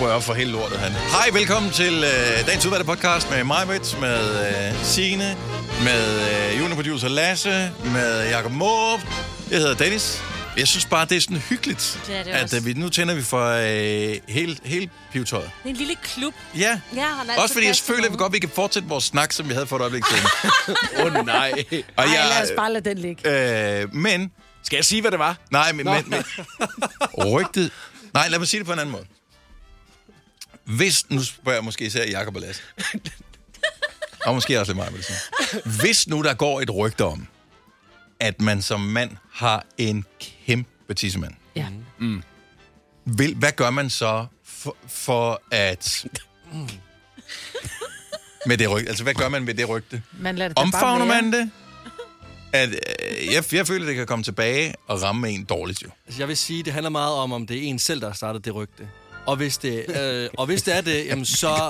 røre for hele lortet, han. Hej, velkommen til dagens udvalgte podcast med mig, med Signe, med juniorproducer Lasse, med Jakob Måb. Jeg hedder Dennis. Jeg synes bare, det er sådan hyggeligt, at nu tænder vi for helt pivetøjet. Det er en lille klub. Ja, også fordi jeg føler, at vi godt vi kan fortsætte vores snak, som vi havde for et øjeblik siden. Nej. Og lad os bare lade den ligge. Men... Skal jeg sige, hvad det var? Nej, men rygtet... Nej, lad mig sige det på en anden måde. Hvis... Nu spørger jeg måske især Jakob og Lasse. Og måske også lidt mig, vil sige. Hvis nu der går et rygte om, at man som mand har en kæmpe tissemand. Ja. Hvad gør man så for at... med det rygte? Altså, hvad gør man med det rygte? Omfavner man det? Jeg føler, det kan komme tilbage og ramme en dårligt, jo. Altså, jeg vil sige, det handler meget om det er en selv, der har startet det rygte. Og hvis det er det, jamen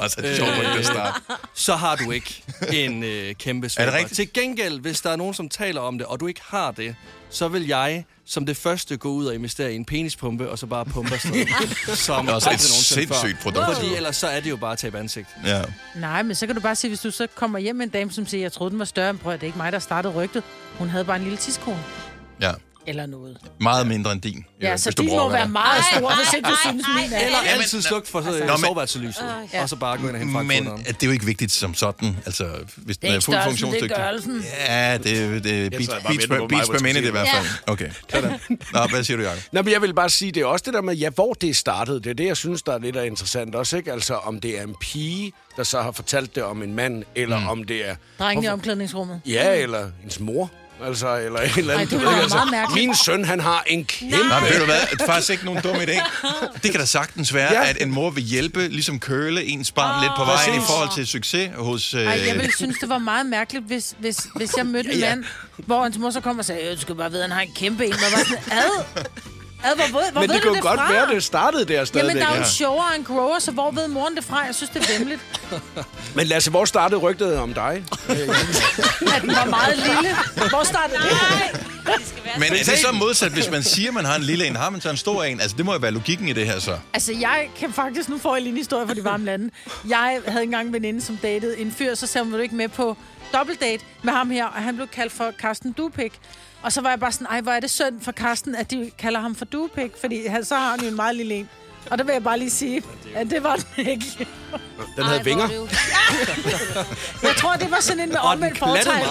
så har du ikke en kæmpe svaghed. Er det rigtigt? Til gengæld, hvis der er nogen, som taler om det, og du ikke har det, så vil jeg som det første gå ud og investere i en penispumpe, og så bare pumpe afsted. Som også et sindssygt produkt. Fordi ellers så er det jo bare at tabe ansigt. Ja. Nej, men så kan du bare sige, hvis du så kommer hjem med en dame, som siger, jeg troede, den var større, prøv, det er ikke mig, der startede rygtet. Hun havde bare en lille tidskone. Ja. Eller noget. Meget mindre end din. Ja, så din må være meget stor, hvis ikke du synes, min er. Eller altid slukke for soveværelselyset, og så bare gå ind og hente men det er jo ikke vigtigt som sådan. Altså, hvis den er fuldt funktionsdygtig. Det er gørelsen. Ja, det er beats per minute i hvert fald. Okay. Nå, hvad siger du, Jacob? Nå, men jeg vil bare sige, det er også det der med, hvor det startede. Det er det, jeg synes, der er lidt interessant også, ikke? Altså, om det er en pige, der så har fortalt det om en mand, eller om det er... Drengen i omklædningsrummet. Ja, eller ens mor. Altså, eller en eller anden. Det var meget min søn, han har en kæmpe... Nej, ved du hvad? Det er faktisk ikke nogen dum idé. Det kan da sagtens være, at en mor vil hjælpe, ligesom køle ens barn lidt på vejen i forhold til succes hos... Jeg ville synes, det var meget mærkeligt, hvis jeg mødte en mand, hvor hans mor så kom og sagde, du skal bare vide, han har en kæmpe en. Og var sådan, hvor men det kunne godt være, det startede der stadigvæk. Jamen, der er jo shower and grower, så hvor ved moren det fra? Jeg synes, det er vemmeligt. Men Lasse, hvor startede rygtet om dig? At den var meget lille. Hvor startede det? Men er det så modsat, hvis man siger, man har en lille en, har man så en stor en? Altså, det må jo være logikken i det her så. Altså, jeg kan faktisk... Nu får jeg lige en historie for de varme lande. Jeg havde engang en veninde, som datede en fyr, så sagde hun, ikke med på dobbeltdate med ham her, og han blev kaldt for Carsten Dupik. Og så var jeg bare sådan, hvor er det synd for Carsten, at de kalder ham for Dupik, fordi så har han jo en meget lille en. Og der vil jeg bare lige sige, at det var den ikke. Den havde vinger. Jeg tror, det var sådan en med omvendt fortegn.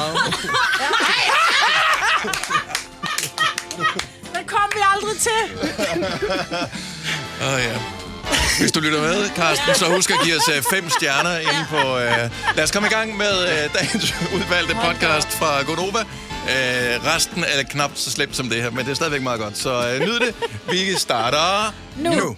Den kom vi aldrig til. Ja. Hvis du lytter med, Carsten, så husk at give os 5 stjerner inde på... Lad os komme i gang med dagens udvalgte podcast fra Godnova. Resten er knap så slemt som det her, men det er stadigvæk meget godt. Så nyd det. Vi starter nu.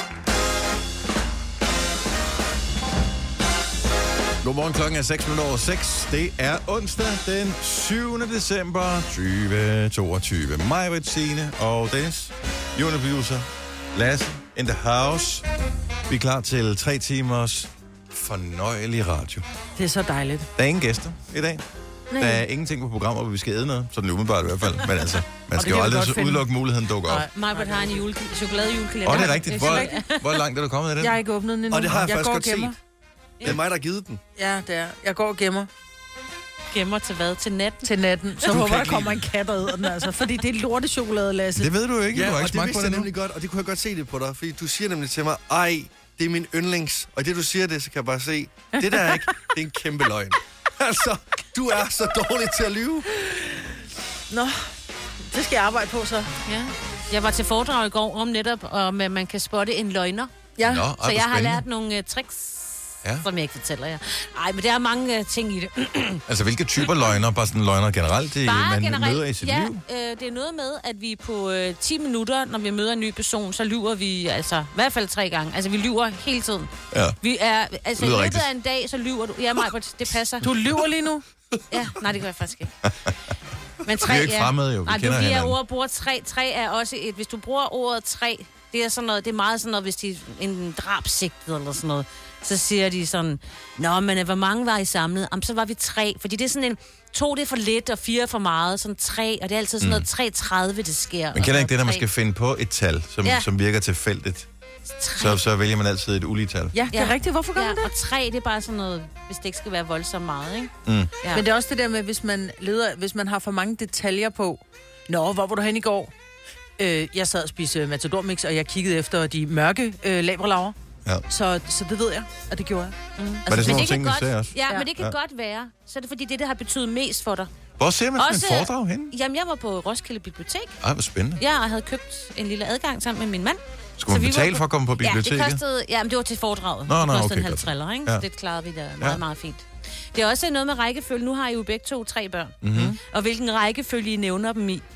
Godmorgen, klokken er 6:06. Det er onsdag den 7. december 2022. Mig, Signe og Dennis, juniorproducer Lasse in the house. Vi er klar til 3 timers fornøjelig radio. Det er så dejligt. Der er ingen gæster i dag. Nej. Der er ingenting på programmet, hvor vi skal æde noget. Sådan umiddelbart i hvert fald. Men altså, man skal jo aldrig udelukke muligheden dukker op. Mig har en chokoladejulekalender. Og det er rigtigt. Hvor langt er du kommet af den? Jeg har ikke åbnet den endnu. Og det har jeg faktisk godt set. Det er mig, der har givet den. Ja, det er. Jeg går og gemmer. Gemmer til hvad? Til natten? Til natten. Så håber der kommer en kat og æder den, altså. Fordi det er lortechokolade, Lasse. Det ved du ikke. Ja, du har ikke og smagt det på vidste det jeg nemlig godt, og det kunne jeg godt se det på dig. Fordi du siger nemlig til mig, det er min yndlings. Og det du siger det, så kan jeg bare se, det der er ikke, det er en kæmpe løgn. Altså, du er så dårlig til at lyve. Nå, det skal jeg arbejde på så. Ja. Jeg var til foredrag i går om netop, om at man kan spotte en løgner. Ja. Nå, så jeg har lært nogle tricks, som jeg ikke fortæller jer. Nej, men der er mange ting i det. Altså, hvilke typer løgner? Bare sådan løgner generelt, man møder i sit liv? Det er noget med, at vi på 10 minutter, når vi møder en ny person, så lyver vi altså i hvert fald 3 gange. Altså, vi lyver hele tiden. Ja. Vi er, altså, i løbet rigtigt. af en dag, så lyver du. Ja, det passer. Du lyver lige nu? Ja, nej, det gør jeg faktisk ikke. Men 3, vi er ikke fremmede jo, vi kender hinanden. Ordet bruger 3. 3 er også et... Hvis du bruger ordet 3, det er sådan noget, det er meget sådan noget, hvis de er en drabsigtet eller sådan noget, så siger de sådan, nå, men hvor mange var I samlet? Jamen, så var vi 3, fordi det er sådan en... 2 det er for lidt, og 4 for meget, sådan 3, og det er altid sådan noget 3,30, det sker. Man kender ikke det, når man skal finde på et tal, som virker tilfældigt. så vælger man altid et ulige tal. Ja, det er rigtigt. Hvorfor gør man det? Og 3, det er bare sådan noget, hvis det ikke skal være voldsomt meget, ikke? Mm. Ja. Men det er også det der med, hvis man har for mange detaljer på. Hvor var du hen i går? Jeg sad og spiste Matador-mix, og jeg kiggede efter de mørke labrelaver. Ja. Så det ved jeg, og det gjorde jeg. Var det sådan nogle ting, vi ser også? Ja, men det kan godt være. Så er det fordi, det har betydet mest for dig. Hvor ser man sådan en foredrag henne? Jamen, jeg var på Roskilde Bibliotek. Ej, hvor spændende. Ja, og havde købt en lille adgang sammen med min mand. Skulle man betale for at komme på biblioteket? Ja, det kostede... Ja, men det var til foredraget. Det kostede en halv triller, ikke? Så det klarede vi da meget, meget fint. Det er også noget med rækkefølge. Nu har I jo begge 3 børn. Mm-hmm. Og hvilken rækkefølge I nævner dem i.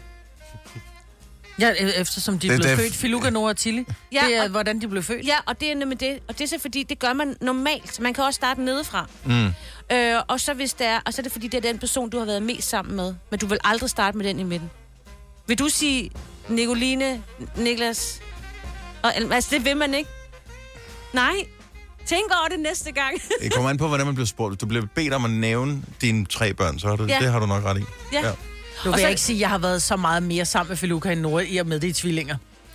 Ja, eftersom de blev født. Filuka, Nora og Tilly. Ja, det er, hvordan de blev født. Ja, og det er nemlig det. Og det er så fordi, det gør man normalt. Man kan også starte nedefra. Og så hvis det er... Og så er det fordi, det er den person, du har været mest sammen med. Men du vil aldrig starte med den i midten. Vil du sige Nicoline, Niklas... Altså, det vil man ikke. Nej. Tænk over det næste gang. Det kommer an på, hvordan man bliver spurgt. Hvis du bliver bedt om at nævne dine 3 børn, så har du, det har du nok ret i. Ja. Nu vil jeg ikke sige, at jeg har været så meget mere sammen med Filuka end Nora, i og med det i tvillinger.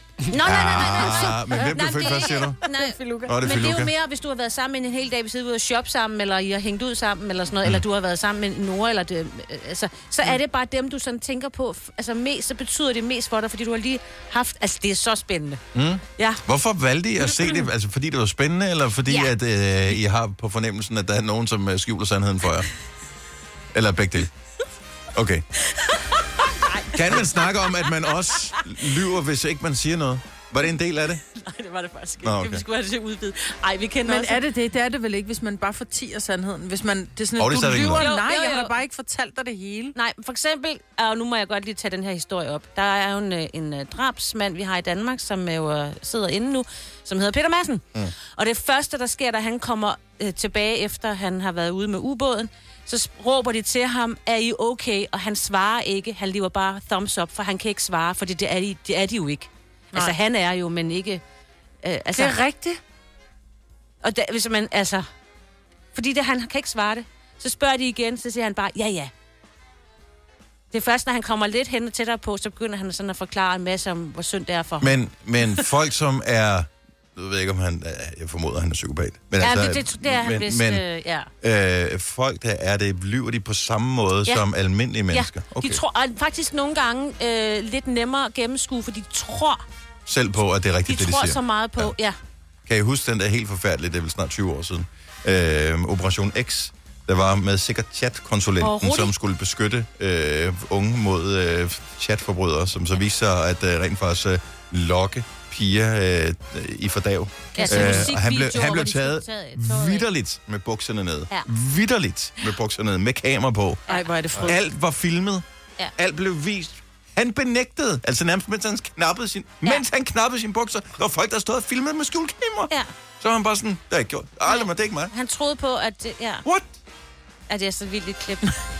Nej. Men hvem blev født først, siger du? Nej, Filuka. Men det er jo mere, hvis du har været sammen en hel dag, vi sidder ude og shoppe sammen, eller I har hængt ud sammen, eller sådan noget, eller du har været sammen med Nora, eller det, altså, så er det bare dem, du sådan tænker på. Altså mest, så betyder det mest for dig, fordi du har lige haft... Altså, det er så spændende. Ja. Hvorfor valgte I at se det? Altså, fordi det var spændende, eller fordi at I har på fornemmelsen, at der er nogen, som skjuler sandheden for jer? Eller begge dele? Okay. Kan man snakke om, at man også lyver, hvis ikke man siger noget? Var det en del af det? Nej, det var det faktisk ikke. Nå, okay. Vi skulle have det udvidet. Ej, vi kender Men også... er det det? Det er det vel ikke, hvis man bare fortier sandheden? Hvis man, det er sådan, det er du stadig lyver. noget. Nej, Jo. jeg har da bare ikke fortalt dig det hele. Nej, for eksempel, og nu må jeg godt lige tage den her historie op. Der er jo en drabsmand, vi har i Danmark, som jo sidder inde nu, som hedder Peter Madsen. Og det første, der sker, da han kommer tilbage, efter han har været ude med ubåden, så råber de til ham, er I okay? Og han svarer ikke. Han lever bare thumbs up, for han kan ikke svare, for det er de jo ikke. Nej. Altså, han er jo, men ikke... altså, Det er rigtigt. Og hvis man, altså... Fordi han kan ikke svare det. Så spørger de igen, så siger han bare, ja. Det er først, når han kommer lidt hen og tættere på, så begynder han sådan at forklare en masse om, hvor synd det er for ham. Men folk, som er... Jeg ved ikke, om han... Jeg formoder, han er psykopat. Men Ja, altså, det er han vist, ja. folk, der er det, lyver de på samme måde som almindelige mennesker? Ja, de tror faktisk nogle gange lidt nemmere at gennemskue, for de tror... Selv på, at det er rigtigt, de det tror siger. så meget på, ja. Kan I huske den der helt forfærdelige, det er vel snart 20 år siden, Operation X, der var med sikkert chat-konsulenten, som skulle beskytte unge mod chatforbrydere, som så viste sig at rent faktisk lokke piger i fordav. Ja, og han blev taget vitterligt med bukserne nede. Ja. Vitterligt med bukserne nede, med kamera på. Ej, hvor er det frygteligt. Alt var filmet. Ja. Alt blev vist. Han benægtede, altså nærmest mens han knappede sin bukser, der var folk, der stod og filmede med skjulkamera. Ja. Så var han bare sådan, det har jeg ikke gjort. Aldrig, det er ikke mig. Han troede på, at... Ja. What? At det er så vildt et klip.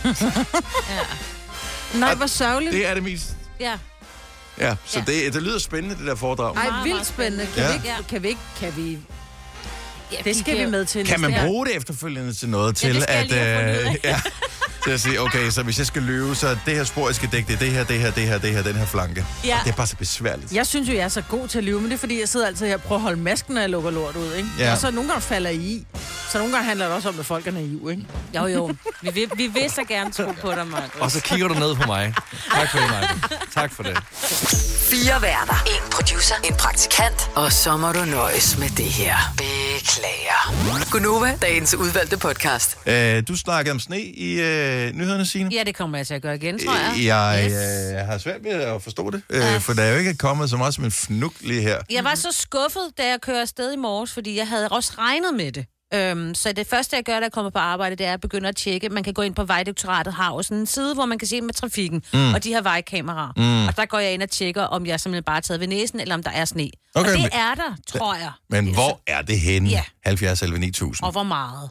Nej, hvor sørgeligt. Det er det mest... Ja, så det lyder spændende, det der foredrag. Ej, vildt spændende. Kan vi... Ja, det skal vi med til. Kan man bruge det efterfølgende til noget? Til at til at sige, okay, så hvis jeg skal løbe, så det her spor, jeg skal dække det her, den her flanke. Ja. Det er bare så besværligt. Jeg synes jo, jeg er så god til at lyve, men det er fordi, jeg sidder altid her og prøver at holde masken, når jeg lukker lort ud, ikke? Ja. Og så nogle gange falder I. Så nogle gange handler det også om, at folk er naive, ikke? Jo. Vi vil så gerne tro på dig, Marcus. Og så kigger du ned på mig. Tak for det, Marcus. Tak for det. 4 værter. 1 producer. En praktikant. Og så må du nøjes med det her. Beklager. Gunova, dagens udvalgte podcast. Du snakkede om sne i nyhederne, Signe. Ja, det kommer jeg til at gøre igen, tror jeg. Jeg har svært ved at forstå det, for der er jo ikke kommet så meget som en fnug lige her. Jeg var så skuffet, da jeg kører afsted i morges, fordi jeg havde også regnet med det. Så det første, jeg gør, da jeg kommer på arbejde, det er at begynde at tjekke. Man kan gå ind på Vejdirektoratet, har jo sådan en side, hvor man kan se med trafikken, og de har vejkameraer. Og der går jeg ind og tjekker, om jeg simpelthen bare er taget ved næsen, eller om der er sne. Okay, og det er der, tror jeg. Men hvor er det henne? Ja. 70 11 9000. Og hvor meget?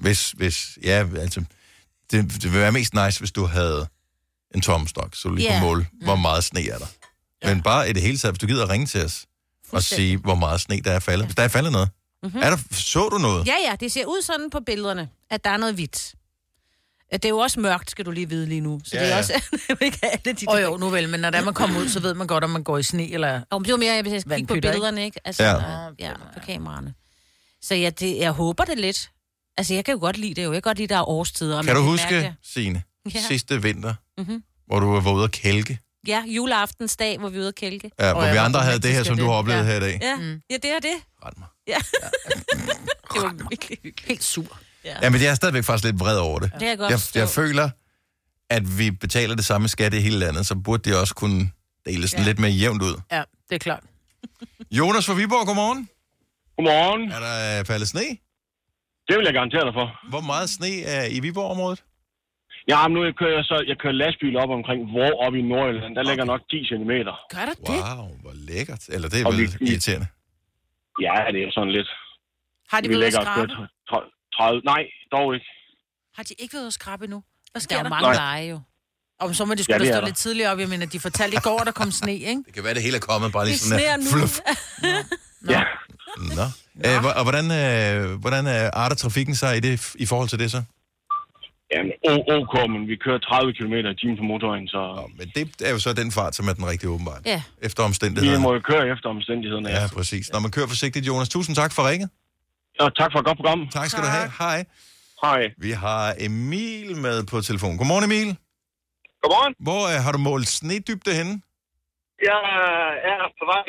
Det ville være mest nice, hvis du havde en tomstok, så du lige kunne måle, hvor meget sne er der. Ja. Men bare i det hele taget, hvis du gider at ringe til os og sige, hvor meget sne der er faldet. Hvis der er faldet noget. Så du noget? Ja, det ser ud sådan på billederne, at der er noget hvidt. Det er jo også mørkt, skal du lige vide lige nu. Så det er også ikke alle de der. Jo, nu vel, men når man kommer ud, så ved man godt, om man går i sne eller... Det var mere, hvis jeg skal kigge på billederne, ikke? Altså, på kameraerne. Så jeg håber det lidt. Altså, jeg kan jo godt lide det jo. Jeg kan godt lide, der er årstider. Kan du huske, Signe, sidste vinter, hvor du var ude at kælke? Ja, juleaftensdag, hvor vi var ude at kælke. Ja, hvor vi andre havde det her, som du har oplevet her i dag. Ja, det er det. Ret mig. Ja. Det var virkelig hyggeligt. Helt sur. Ja, men jeg er stadigvæk faktisk lidt vred over det. Det er godt jeg føler, at vi betaler det samme skat i hele landet, så burde det også kunne deles lidt mere jævnt ud. Ja, det er klart. Jonas fra Viborg, godmorgen. Godmorgen. Er der faldet sne? Det vil jeg garantere dig for. Hvor meget sne er i Viborg-området? Ja, men nu jeg kører lastbil op omkring Vrå op i Nordjylland. Der ligger nok 10 centimeter. Gør der det? Wow, hvor lækkert. Eller det er vel irriterende. Ja, det er sådan lidt. Har de været skrabe? 30. Nej, dog ikke. Har de ikke været skrabe nu? Hvad sker der? Der er mange veje jo. Og så må de skulle stå lidt tidligere op. Jeg mener, de fortalte i går, at der kom sne, ikke? Det kan være, det hele er kommet bare lige sådan her. Fluff. Ja. Nå. Og hvordan arter trafikken sig i forhold til det så? Jamen, OK, men vi kører 30 km/t på motorvejen, så... Men det er jo så den fart, som er den rigtige åbenbart. Ja. Efter omstændighederne. Vi må jo køre efter omstændighederne. Ja, præcis. Når man kører forsigtigt, Jonas. Tusind tak for ringet. Ja, tak for et godt program. Tak skal du have. Hej. Hej. Vi har Emil med på telefon. Godmorgen, Emil. Godmorgen. Hvor har du målt snedybde henne? Jeg er på vej.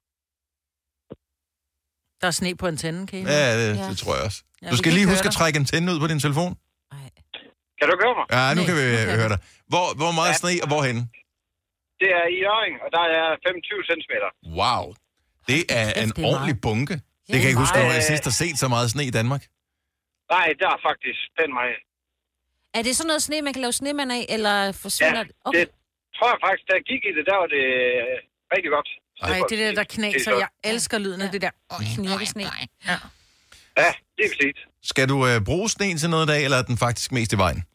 Der er sne på antennen, kan I? Ja, det tror jeg også. Du skal lige huske at trække antennen ud på din telefon. Kan du høre mig? Ja, nu kan vi høre dig. Hvor meget sne og hvorhenne? Det er i Hjørring, og der er 25 cm. Wow. Det er en ordentlig bunke. Det kan jeg ikke huske, når jeg sidst har set så meget sne i Danmark. Nej, der er faktisk den mig. Er det sådan noget sne, man kan lave snemand af, eller forsvinder det? Okay. Det tror jeg faktisk, da jeg gik i det, der var det rigtig godt. Nej, det der knaser. Jeg elsker lyden af det der. Knirkesne. Ja, det er præcis. Skal du bruge sneen til noget i dag, eller er den faktisk mest i vejen?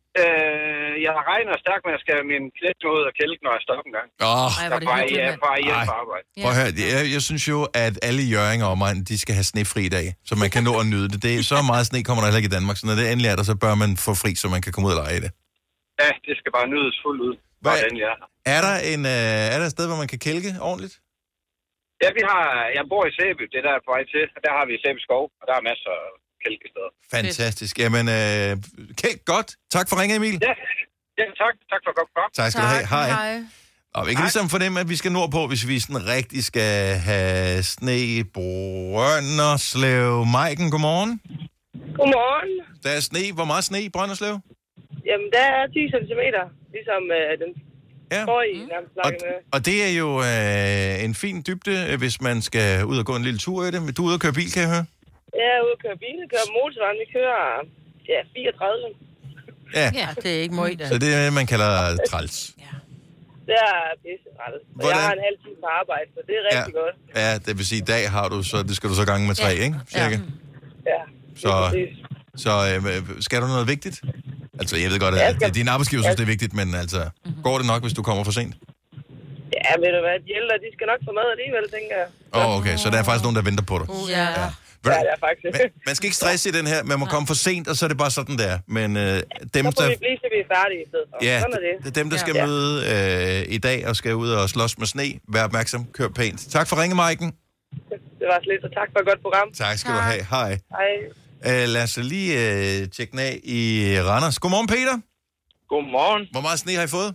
Jeg regner stærkt med, at jeg skal have min knæt ud og kælke, når jeg stopper en gang. Jeg er bare hjælp på arbejde. Prøv at høre, jeg synes jo, at alle Hjørringer og mig, de skal have snefri i dag, så man kan nå at nyde det. Det er så meget sne kommer der heller ikke i Danmark, så når det endelig er der, så bør man få fri, så man kan komme ud og lege i det. Ja, det skal bare nydes fuldt ud. Er der et sted, hvor man kan kælke ordentligt? Ja, jeg bor i Sæby, det der er på vej til, og der har vi Sæby Skov, og der er masser af kælkesteder. Fantastisk. Jamen, kælk godt. Tak for ringen, Emil. Ja, tak. Tak for godt program. Tak skal du have. Hej. Og vi kan ligesom fornemme, at vi skal nordpå, hvis vi sådan rigtig skal have sne. Brønderslev. Majken, godmorgen. Godmorgen. Der er sne. Hvor meget sne i Brønderslev? Jamen, der er 10 centimeter, ligesom den forrige nærmest. Og det er jo en fin dybde, hvis man skal ud og gå en lille tur i det. Du er ude og køre bil, kan jeg høre? Jeg er ude og køre bil, kører motorvejen. Vi kører 34. Ja, det er ikke meget. Så det er det, man kalder træls. Det er pisse træls. Og jeg har en halv time på arbejde, så det er rigtig godt. Ja, det vil sige, i dag har du så, det skal du så gange med 3, ikke? Cirka. Ja. Så skal du noget vigtigt? Altså, jeg ved godt, at din arbejdsgiver synes, det er vigtigt, men altså, går det nok, hvis du kommer for sent? Ja, ved du hvad, de ældre, de skal nok få mad alligevel, tænker jeg. Okay, så der er faktisk nogen, der venter på dig. Ja, det er faktisk. Man skal ikke stresse i den her, man må komme for sent, og så er det bare sådan, der. Men dem, så får vi blive, så vi er færdige i stedet for. Ja, sådan er det er dem, der skal møde i dag og skal ud og slås med sne. Vær opmærksom, kør pænt. Tak for ringe, Majken. Det var slet, og tak for et godt program. Tak skal du have. Hej. Hej. Lad os lige tjekke den af i Randers. Godmorgen, Peter. Godmorgen. Hvor meget sne har I fået?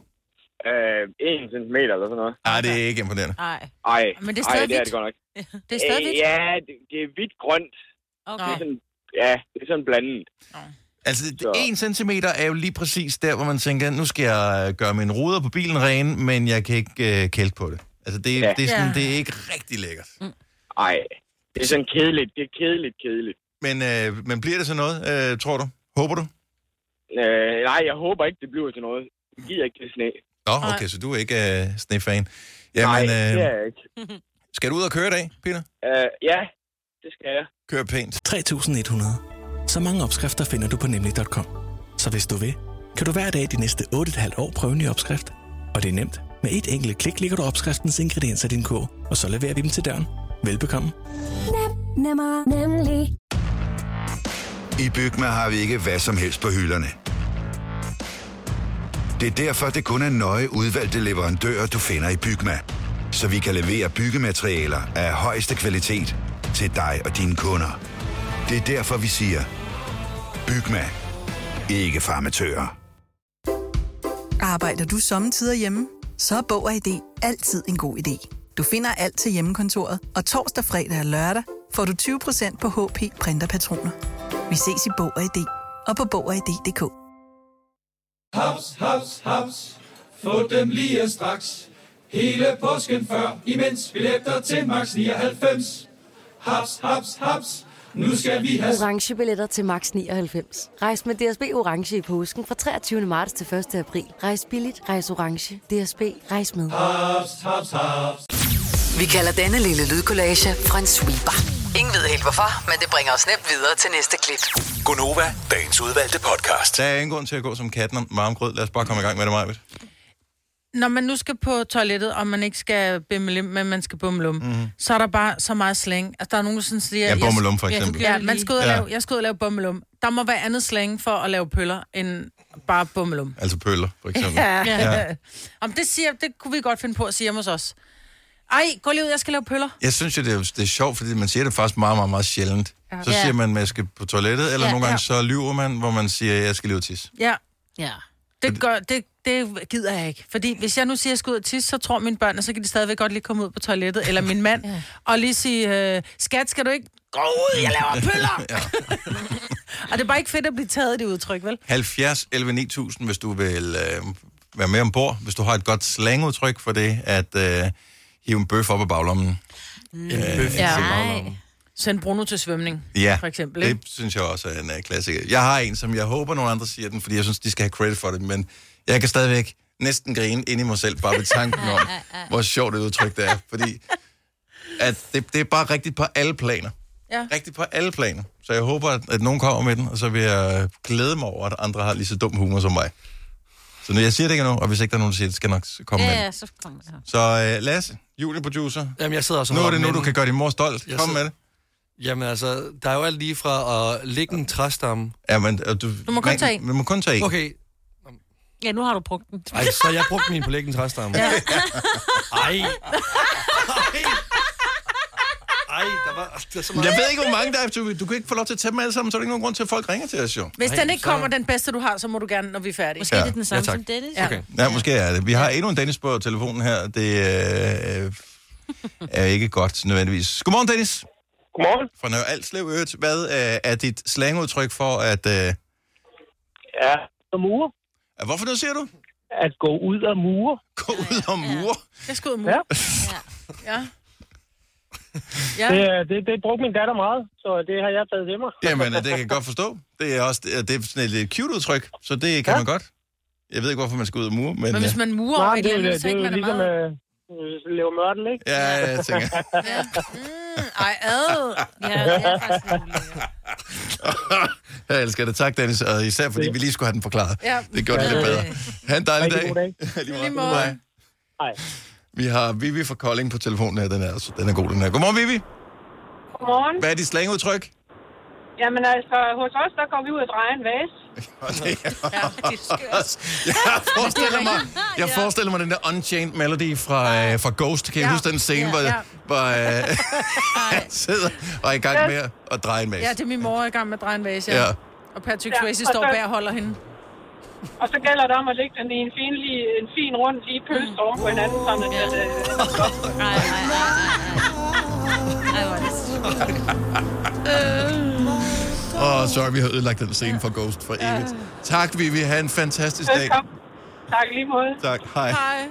1 centimeter eller sådan noget. Nej, det er ikke imponerende. Nej. Men det er stadig det er det godt nok. Det er stadig hvidt? Ja, det er hvidt-grønt. Okay. Det er sådan, det er sådan blandet. Altså, 1 centimeter er jo lige præcis der, hvor man tænker, nu skal jeg gøre mine ruder på bilen rene, men jeg kan ikke kælke på det. Altså, det er ikke rigtig lækkert. Nej, det er sådan kedeligt. Det er kedeligt. Men bliver det så noget, tror du? Håber du? Nej, jeg håber ikke, det bliver til noget. Jeg gider ikke det sne. Okay, så du er ikke snefan. Jamen, nej, det er jeg ikke. Skal du ud og køre i dag, Peter? Ja, det skal jeg. Kør pænt. 3.100. Så mange opskrifter finder du på nemlig.com. Så hvis du vil, kan du hver dag de næste 8,5 år prøve en ny opskrift. Og det er nemt. Med et enkelt klik ligger du opskriftens ingredienser i din kog, og så leverer vi dem til døren. Velbekomme. Nemlig. I Bygma har vi ikke hvad som helst på hylderne. Det er derfor, det kun er nøje udvalgte leverandører, du finder i Bygma. Så vi kan levere byggematerialer af højeste kvalitet til dig og dine kunder. Det er derfor, vi siger, Bygma. Ikke for amatører. Arbejder du sommetider hjemme? Så er Bog og ID altid en god idé. Du finder alt til hjemmekontoret, og torsdag, fredag og lørdag får du 20% på HP printerpatroner. Vi ses i Bog og ID og på Bog og ID.dk. Haps, haps, haps. Få dem lige straks. Hele påsken før, imens billetter til max 99. Haps, haps, haps. Nu skal vi have orange billetter til max 99. Rejs med DSB orange i påsken fra 23. marts til 1. april. Rejs billigt, rejs orange. DSB, rejs med. haps, haps, haps. Vi kalder denne lille lydkollage en sweeper. Ingen ved helt hvorfor, men det bringer os nemt videre til næste klip. Gonova, dagens udvalgte podcast. Der er ingen grund til at gå som katten om varm grød. Lad os bare komme i gang med det, Majbet. Når man nu skal på toilettet, og man ikke skal bimmelum, men man skal bummelum, så er der bare så meget slang. Altså, der er nogen, der sådan siger... Ja, bummelum for eksempel. Ja, man skal ud og lave, jeg skal ud og lave bummelum. Der må være andet slang for at lave pøller, end bare bummelum. Altså pøller, for eksempel. Ja. Om det kunne vi godt finde på at sige hos os. Ej, gå lige ud, jeg skal lave pøller. Jeg synes jo, det er sjovt, fordi man siger det faktisk meget, meget, meget sjældent. Ja. Så siger man, at jeg skal på toilettet, eller nogle gange så lyver man, hvor man siger, at jeg skal lige ud og tisse. Ja. Det gider jeg ikke. Fordi hvis jeg nu siger, at jeg skal ud og tisse, så tror mine børn, og så kan de stadigvæk godt lige komme ud på toilettet, eller min mand, og lige sige, skat, skal du ikke gå ud, jeg laver pøller? Og det er bare ikke fedt at blive taget i det udtryk, vel? 70 11 9000, hvis du vil være med ombord, hvis du har et godt slangudtryk for det, at hive en bøf op af baglommen. En bøf i baglommen. Send Bruno til svømning, for eksempel. Det synes jeg også er en klassiker. Jeg har en, som jeg håber, nogle andre siger den, fordi jeg synes, de skal have credit for det, men jeg kan stadigvæk næsten grine ind i mig selv, bare ved tanken om, hvor sjovt det udtryk det er. Fordi at det er bare rigtigt på alle planer. Ja. Rigtigt på alle planer. Så jeg håber, at nogen kommer med den, og så vil jeg glæde mig over, at andre har lige så dum humor som mig. Så når jeg siger det ikke nu, og hvis ikke der er nogen, der siger det, skal nok komme med. Ja, så kommer det her. Så Lasse, juniorproducer. Jamen, jeg sidder også nu er det nu, du kan gøre din mor stolt. Kom med det. Jamen altså, der er jo alt lige fra at lægge en træstamme. Ja, men du må kun tage en. Du må kun tage en. Okay. Ja, nu har du brugt den. Ej, så jeg brugte min på lægge en træstamme. Ja. Ej, der var så meget. Jeg ved ikke, hvor mange der er. Du kan ikke få lov til at tage dem alle sammen, så er der ikke nogen grund til, at folk ringer til os, jo. Hvis den ikke kommer den bedste, du har, så må du gerne, når vi er færdige. Måske det er den samme som Dennis. Okay. Ja, måske er det. Vi har endnu en Dennis på telefonen her. Det er ikke godt, nødvendigvis. Godmorgen, Dennis. Godmorgen. Fra Nørre Alslev, Øret. Hvad er dit slangudtryk for at... Ja, at mure. Hvorfor noget siger du? At gå ud og mure. Gå ud og mure? Jeg skal ud og mure. Ja. Det brugte min datter meget, så det har jeg taget til mig. Jamen, det kan jeg godt forstå. Det er også det er sådan et lidt cute udtryk, så det kan man godt. Jeg ved ikke, hvorfor man skal ud og mure, men hvis man murer over et eller andet, så ikke man er ligesom, meget... lave mørtel, ikke? Ja, jeg tænker. Ej, ad. Ja, det er faktisk Jeg elsker det. Tak, Dennis. Og især fordi vi lige skulle have den forklaret. Ja. Det gjorde det lidt bedre. Ha' en dejlig dag. Lige måde. Hej. Vi har Vivi fra Kolding på telefonen her. Den er god, den her. Godmorgen, Vivi. Godmorgen. Hvad er dit slangudtryk? Jamen altså, hos os, der går vi ud og drejer en vase. Jeg forestiller mig den der Unchained Melody fra Ghost. Kan I huske den scene, hvor han sidder og er i gang med at dreje en vase? Ja, det er min mor i gang med at dreje en vase, ja. Og Patrick Swayze står bag og holder hende. Og så gælder det om at lægge den i en fin rund lige pølse over på hinanden, sådan at sorry, vi har ødelagt den scene for Ghost for evigt. Tak, Vivi. Ha' en fantastisk dag. Tak, lige måde. Tak, hej.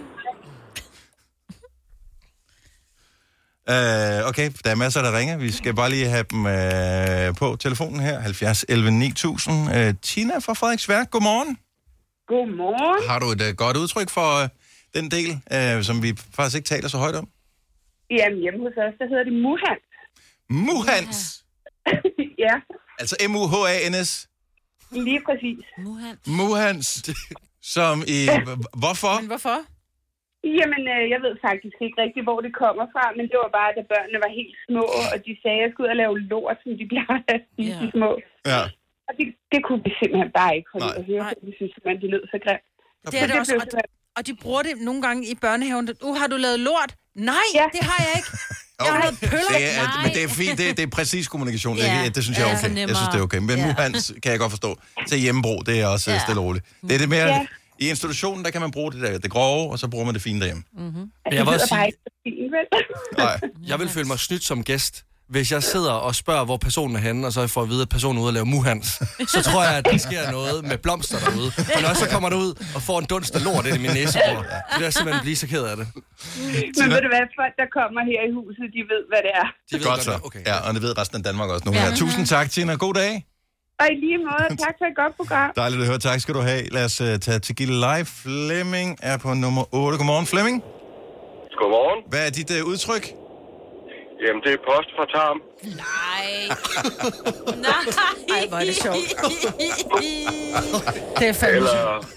Okay, der er masser, der ringer. Vi skal bare lige have dem på telefonen her. 70 11 9000. Tina fra Frederiksværk, godmorgen. Godmorgen. Har du et godt udtryk for den del, som vi faktisk ikke taler så højt om? Jamen, hjemme hos os, der hedder det muhans. Muhans? Ja. Altså M-U-H-A-N-S? Lige præcis. Muhans. Som i... Hvorfor? Men hvorfor? Jamen, jeg ved faktisk ikke rigtig, hvor det kommer fra, men det var bare, da børnene var helt små, og de sagde, at jeg skulle ud og lave lort, som de plejer at spise de små. Ja. Og det kunne vi simpelthen bare ikke holde at høre, for vi synes simpelthen, det lød så grimt. Det er det også. Og de bruger det nogle gange i børnehaven. Har du lavet lort? Nej, det har jeg ikke. Jeg har lavet pøller. Men det er fint. Det er præcis kommunikation. Det synes jeg er okay. Jeg synes, det er okay. Men Muhans kan jeg godt forstå. Til hjemmebrug, det er også stille og roligt. Det er det mere... I institutionen, der kan man bruge det grove, og så bruger man det fine derhjemme. Jeg vil også sige... Jeg vil føle mig snydt som gæst, hvis jeg sidder og spørger, hvor personen er henne, og så får at vide, at personen er ude og lave Muhans. Så tror jeg, at der sker noget med blomster derude. Men også så kommer der ud og får en dunst af lort ind i min næsebord. Det er simpelthen blive så ked af det. Men ved du hvad, folk, der kommer her i huset, de ved, hvad det er. De ved godt så. Okay. Ja, og det ved resten af Danmark også nu. Ja. Tusind tak, Tina. God dag. Og i lige måde, tak for et godt program. Dejligt at høre. Tak skal du have. Lad os tage til Gilde Live. Flemming er på nummer 8. Godmorgen, Flemming. Godmorgen. Hvad er dit udtryk? Jamen, det er post fra tarm. Nej. Ej, hvor er det sjovt. Det er fandme sjovt.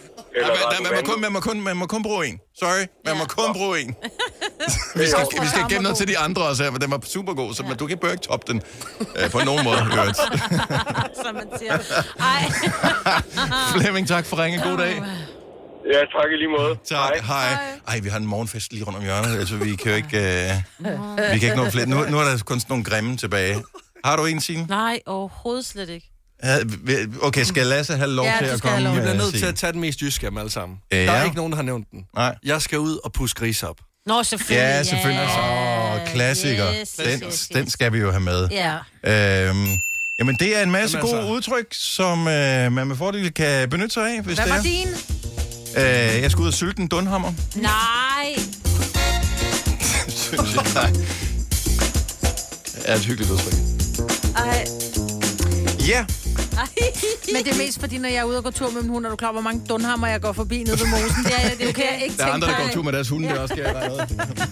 Man må kun bruge en. Sorry, man må kun bruge en. Vi skal gemme noget til de andre også her, for den var super god, så du kan ikke toppe den på nogen måde. Som man siger. Ej. Flemming, tak for ringen. God dag. Ja, tak i lige måde. Tak, hej. Ej, vi har en morgenfest lige rundt om hjørnet, altså vi kan jo ikke... vi kan ikke nå flere. Nu er der kun sådan nogle grimme tilbage. Har du en, Signe? Nej, overhovedet slet ikke. Okay, skal Lasse have lov til at komme? Vi bliver nødt til at tage den mest jyske af dem alle sammen. Der er ikke nogen, der har nævnt den. Nej. Jeg skal ud og pusse gris op. Nå, selvfølgelig. Ja, selvfølgelig. Klassiker. Yes. Den skal vi jo have med. Ja. Jamen, det er en masse gode udtryk, som man med fordel kan benytte sig af, hvis Hvad det er. var din? Jeg skal ud og sylte en dunhammer. Nej. Synes jeg. Det er et hyggeligt udtryk. Ej. Ja. Men det er mest fordi, når jeg er ude og går tur med min hund, og du klar, hvor mange dunhammer jeg går forbi nede ved mosen. Det kan jeg ikke Der er andre, der går tur med deres hunde, det også skal jeg noget.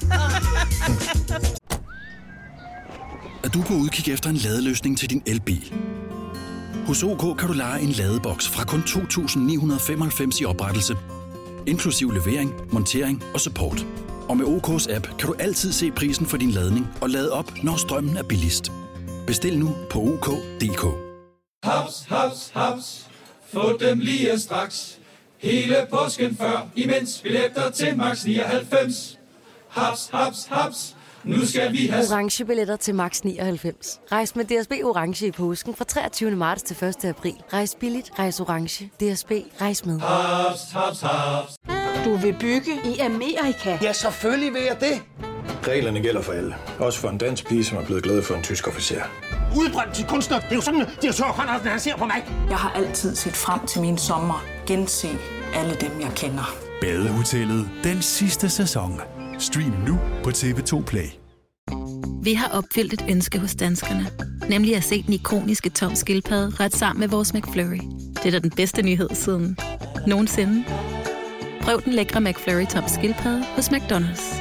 Er du på udkig efter en ladeløsning til din elbil? Hos OK kan du leje en ladeboks fra kun 2.995 i oprettelse, inklusiv levering, montering og support. Og med OK's app kan du altid se prisen for din ladning og lade op, når strømmen er billigst. Bestil nu på OK.dk. Haps, haps, haps. Få dem lige straks. Hele påsken før, imens billetter til max 99. Haps, haps, haps. Nu skal vi have orange billetter til max 99. Rejs med DSB orange i påsken fra 23. marts til 1. april. Rejs billigt, rejs orange. DSB, rejs med. haps, haps, haps. Du vil bygge i Amerika? Ja, selvfølgelig vil jeg det. Reglerne gælder for alle. Også for en dansk pige, som er blevet glad for en tysk officer. Udbrændt til kunstner. Det er jo sådan, at direktør Conradsen, han ser på mig. Jeg har altid set frem til min sommer. Gense alle dem, jeg kender. Badehotellet den sidste sæson. Stream nu på TV2 Play. Vi har opfyldt et ønske hos danskerne. Nemlig at se den ikoniske Tom Skildpadde ret sammen med vores McFlurry. Det er da den bedste nyhed siden nogensinde. Prøv den lækre McFlurry Tom Skildpadde hos McDonald's.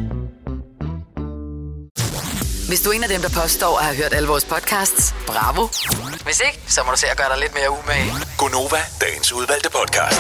Hvis du er en af dem, der påstår at have hørt alle vores podcasts, bravo. Hvis ikke, så må du se at gøre dig lidt mere umage. Gonova, dagens udvalgte podcast.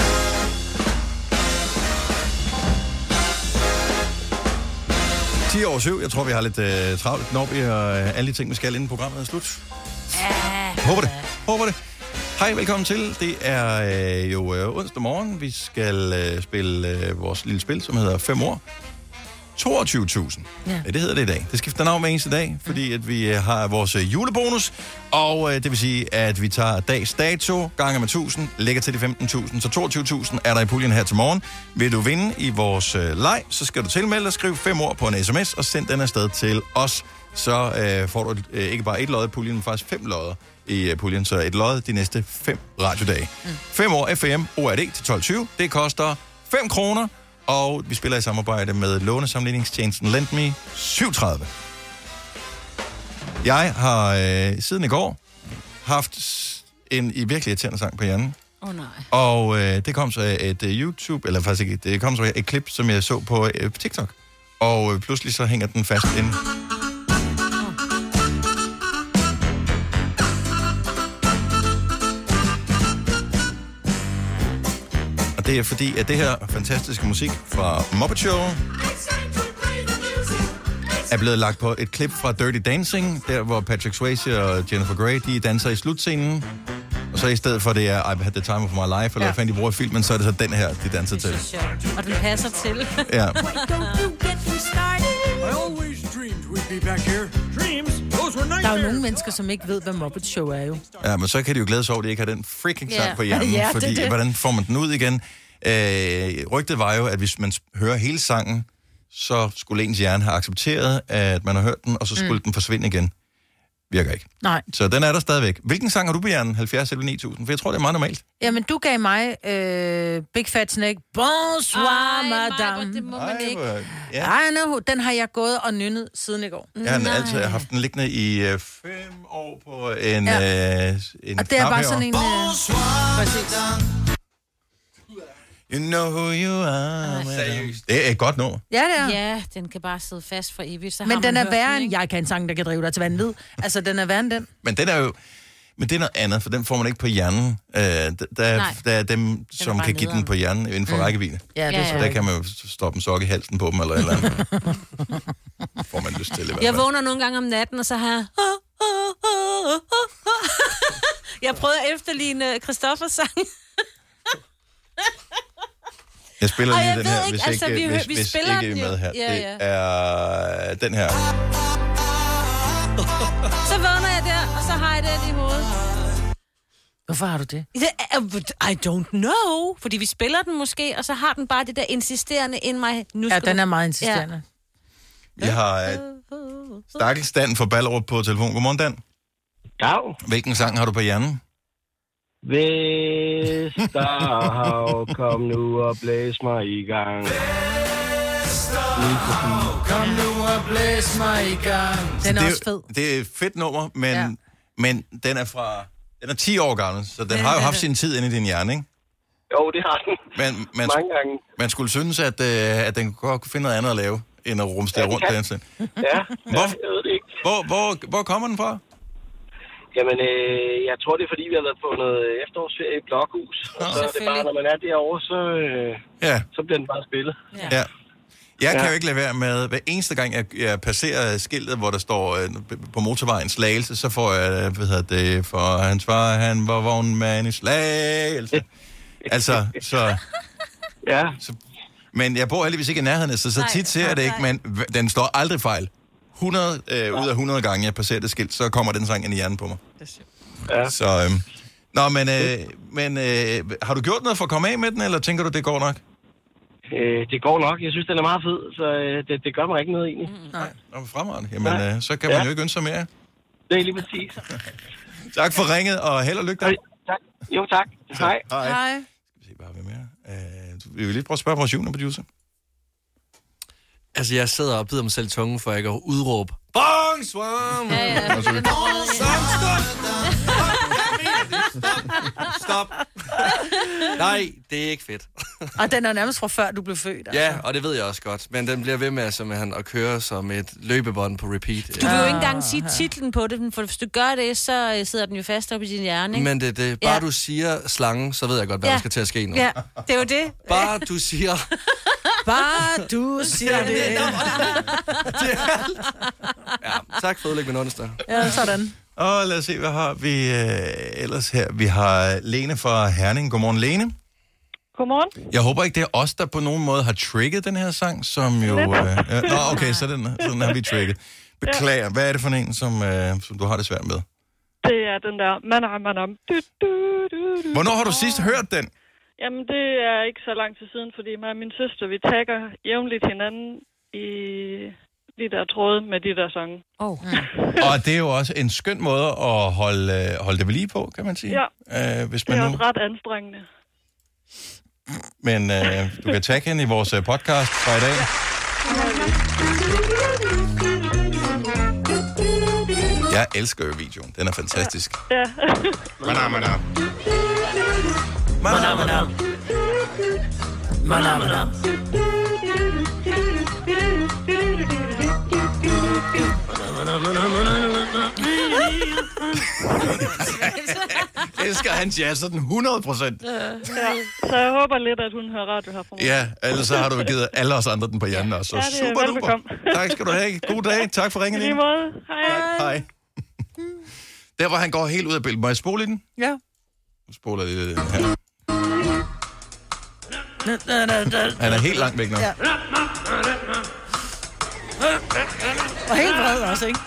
Over 7. Jeg tror, vi har lidt travlt, når vi har alle de ting, vi skal inden programmet er slut. Håber det. Hej, velkommen til. Det er jo onsdag morgen. Vi skal spille vores lille spil, som hedder 5 år. 22.000. Ja, det hedder det i dag. Det skifter navn hver eneste dag, fordi at vi har vores julebonus, og det vil sige, at vi tager dags dato, ganger med 1000, lægger til de 15.000, så 22.000 er der i puljen her til morgen. Vil du vinde i vores leg, så skal du tilmelde og skrive 5 ord på en sms, og send den afsted til os. Så får du ikke bare et lod i puljen, men faktisk 5 lodder i puljen, så et lod de næste 5 radiodage. 5 år FM ORD til 12.20. Det koster 5 kroner. Og vi spiller i samarbejde med lånesammenligningstjenesten LendMe 37. Jeg har siden i går haft en i virkelig irriterende sang på hjernen. Nej. Og det kom så et YouTube, eller faktisk ikke, det kom så et klip, som jeg så på TikTok. Og pludselig så hænger den fast inde. Og det er fordi, at det her fantastiske musik fra Muppet Show er blevet lagt på et klip fra Dirty Dancing, der hvor Patrick Swayze og Jennifer Grey, de danser i slutscenen. Og så i stedet for det er I've had the time of my life, eller hvad fanden de bruger i filmen, så er det så den her, de danser til. Og den passer til. Ja. Der er jo nogle mennesker, som ikke ved, hvad Muppet Show er jo. Ja, men så kan de jo glæde sig over, at de ikke har den freaking sang på hjernen, Ja, fordi det. hvordan får man den ud igen? Rygtet var jo, at hvis man hører hele sangen, så skulle ens hjerne have accepteret, at man har hørt den, og så skulle den forsvinde igen. Virker ikke. Nej. Så den er der stadigvæk. Hvilken sang har du på hjernen? 70 eller 9000? For jeg tror, det er meget normalt. Jamen, du gav mig Big Fat Snake. Bonsoir, madame. Det må man ikke. Ja. Ej, no, den har jeg gået og nynnet siden i går. Jeg har altid haft den liggende i 5 år på en og det er bare sådan en... Præcis. You know who you are. Det er et godt nummer. Ja, det er. Ja, den kan bare sidde fast for evigt. Så Men den er værre end... Jeg kan en sang, der kan drive dig til vanvid. Altså, den er værre end den. Men den er jo... Men det er noget andet, for den får man ikke på hjernen. Der er dem, som kan give den på hjernen inden for rækkevidde. Ja, det er så der kan man jo stoppe en sok i halsen på dem, eller et eller andet. Får man lyst til i hvert fald. Jeg vågner nogle gange om natten, og så har jeg... Jeg prøvede at efterligne Christoffers sang. Jeg spiller lige den her, ikke, hvis altså, ikke, vi hvis spiller ikke I er med her. Ja, Det er den her. Så vågner jeg der, og så har jeg den i hovedet. Hvorfor har du det? I don't know. Fordi vi spiller den måske, og så har den bare det der insisterende in mig. Ja, den er meget insisterende. Vi har stakkels Dan fra Ballerup på telefon. Godmorgen, Dan. Ja. Hvilken sang har du på hjernen? Vesterhav, kom nu og blæs mig i gang. Kom nu og blæs mig i gang. Den er også fed. Det er et fedt nummer, men den er fra... Den er 10 år gammel, så den har jo haft sin tid inde i din hjerne, ikke? Jo, det har den. Men Mange gange. Man skulle synes, at den godt kunne finde noget andet at lave, end at rumstere rundt derinde. Ja, jeg ved det ikke. Hvor kommer den fra? Jamen, jeg tror, det er, fordi vi har været på noget efterårsferie i Blokhus. Og så er det bare, når man er derovre, så bliver den bare spillet. Ja. Jeg kan jo ikke lade være med, hver eneste gang, jeg passerer skiltet, hvor der står på motorvejen Slagelse, så får jeg, for hans far, han var vognmand i Slagelse. Altså, så... Ja. Men jeg bor heldigvis ikke i nærheden, så tit ser jeg det ikke, men den står aldrig fejl. 100 ud af 100 gange, jeg passerer det skilt, så kommer den sang ind i hjernen på mig. Ja. Så, men har du gjort noget for at komme af med den, eller tænker du, det går nok? Det går nok. Jeg synes, den er meget fed, så det gør mig ikke noget egentlig. Nej. Fremragende. Jamen, så kan man jo ikke ønske sig mere. Det er lige præcis. Tak for ringet, og held og lykke der. Tak. Jo, tak. Hej. Hej. Skal vi se, hvad har vi mere? Vi vil lige prøve at spørge vores juniorproducer. Altså, jeg sidder og bider mig selv i tungen, for jeg kan udråbe Bonsoir! Stop! Nej, det er ikke fedt. Og den er nærmest fra før, du blev født. Altså. Ja, og det ved jeg også godt. Men den bliver ved med at køre som et løbebånd på repeat. Du vil jo ikke engang sige titlen på det, for hvis du gør det, så sidder den jo fast op i din hjerne, ikke? Men det bare du siger slangen, så ved jeg godt, hvad der skal til at ske nu. Ja, det er jo det. Bare du siger... Bare du siger det. Ja, tak for udlæg med onsdag. Ja, sådan. Og lad os se, hvad har vi ellers her. Vi har Lene fra Herning. Godmorgen, Lene. Godmorgen. Jeg håber ikke, det er os, der på nogen måde har trigget den her sang, som jo... okay, så den har vi trigget. Beklager. Hvad er det for en, som du har det svært med? Det er den der... Manam. Hvornår har du sidst hørt den? Jamen, det er ikke så lang tid siden, fordi mig og min søster, vi tagger jævnligt hinanden i de der tråde med de der sange. Og det er jo også en skøn måde at holde det ved lige på, kan man sige. Ja, hvis det man er også ret anstrengende. Men du kan tagge hende i vores podcast fra i dag. Jeg elsker jo videoen. Den er fantastisk. Ja. Manam. Elsker hans jazz, sådan 100%. Ja, så jeg håber lidt, at hun hører radio her fra mig. Ja, ellers så har du givet alle os andre den på hjernen også. Ja, det er super velbekomme. duper. Tak skal du have. God dag. Tak for ringen. I lige måde. Hej. Der, hvor han går helt ud af billedet. Må jeg spole i den? Ja. spoler lige det her. Han er helt langt væk nu. Ja. Og helt vred også, ikke?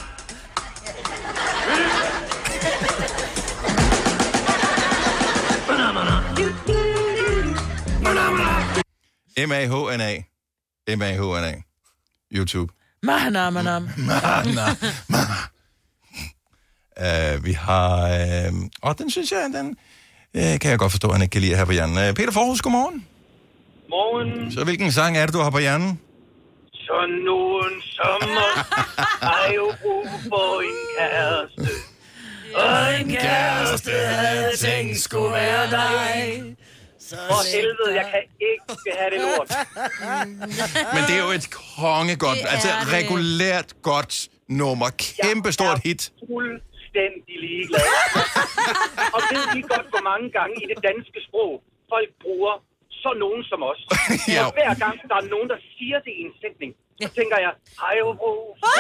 M-A-H-N-A. M-A-H-N-A. YouTube. Mahanam. Vi har... den synes jeg, den kan jeg godt forstå, at han ikke kan lide at have på hjernen. Peter Forhus, godmorgen. Morgen. Så hvilken sang er det, du har på hjernen? Så nogen sommer har jo brug for en kæreste. Og en kæreste havde tænkt skulle være dig. For helvede, jeg kan ikke have det lort. Men det er jo et kongegodt, altså regulært godt nummer. Kæmpestort hit. Fuldstændig ligeglad. Og ved I godt, hvor mange gange i det danske sprog folk bruger så nogen som os. Ja. Og hver gang der er nogen, der siger det i en sætning, så tænker jeg, hej jo bro.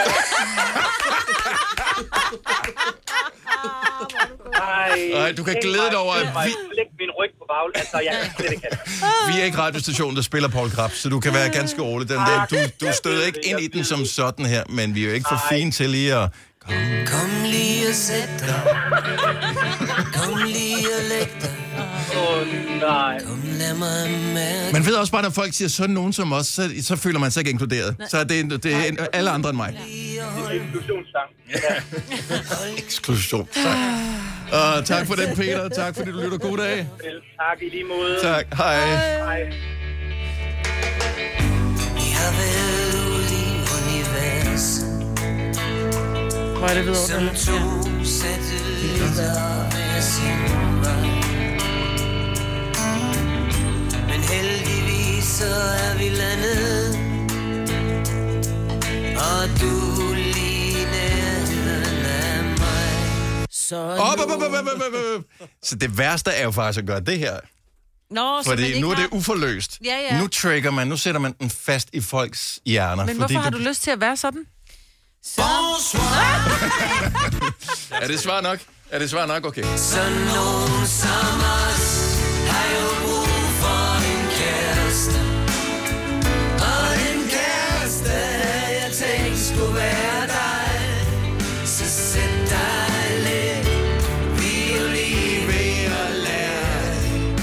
Ej, du kan glæde dig over, at vi... Læg min ryg på bagl, altså jeg slet ikke kan. Vi er ikke radiostationen, der spiller Paul Krabs, så du kan være ganske rolig. Du støder ikke ind i den som sådan her, men vi er jo ikke for fine til lige at... Kom lige og sæt dig. Kom lige og læg dig. Nej. Kom, lad mig mærke. Man ved også bare, når folk siger sådan nogen som os, så føler man sig ikke inkluderet. Så det er alle andre end mig. Det er en inklusionssang. Eksklusionssang. Tak for den, Peter. Tak fordi du lytter. God dag. Tak i lige måde. Tak. Hej. Hej. Vi har været ude i universet. Hvor er det vidunderligt. Som to satellitter med sin vej. Men heldigvis så er vi landet. Og du lige nærheden af mig. Så det værste er jo faktisk at gøre det her. Nå, fordi nu er det uforløst. Ja. Nu sætter man den fast i folks hjerner. Men hvorfor har du lyst til at være sådan? Er det svar nok? Okay. Så nogen som os har jo brug for en kæreste. Og den kæreste havde jeg tænkt skulle være dig. Så sæt dig lidt. Vi er jo lige ved at lære.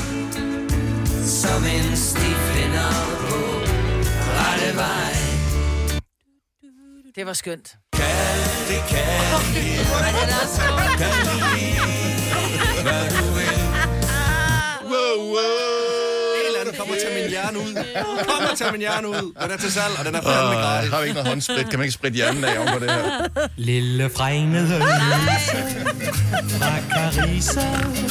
Som en stifinder på rette vej. Det var skønt. Kan det hvad du vil. Wow. Et eller andet kommer til min hjerne ud. Kommer til min hjerne ud. Den er til salg, og den er fandme gratis. Har vi ikke noget håndsprit? Kan man ikke spritte hjernen af oven på det her? Lille fregnede fra Carissa.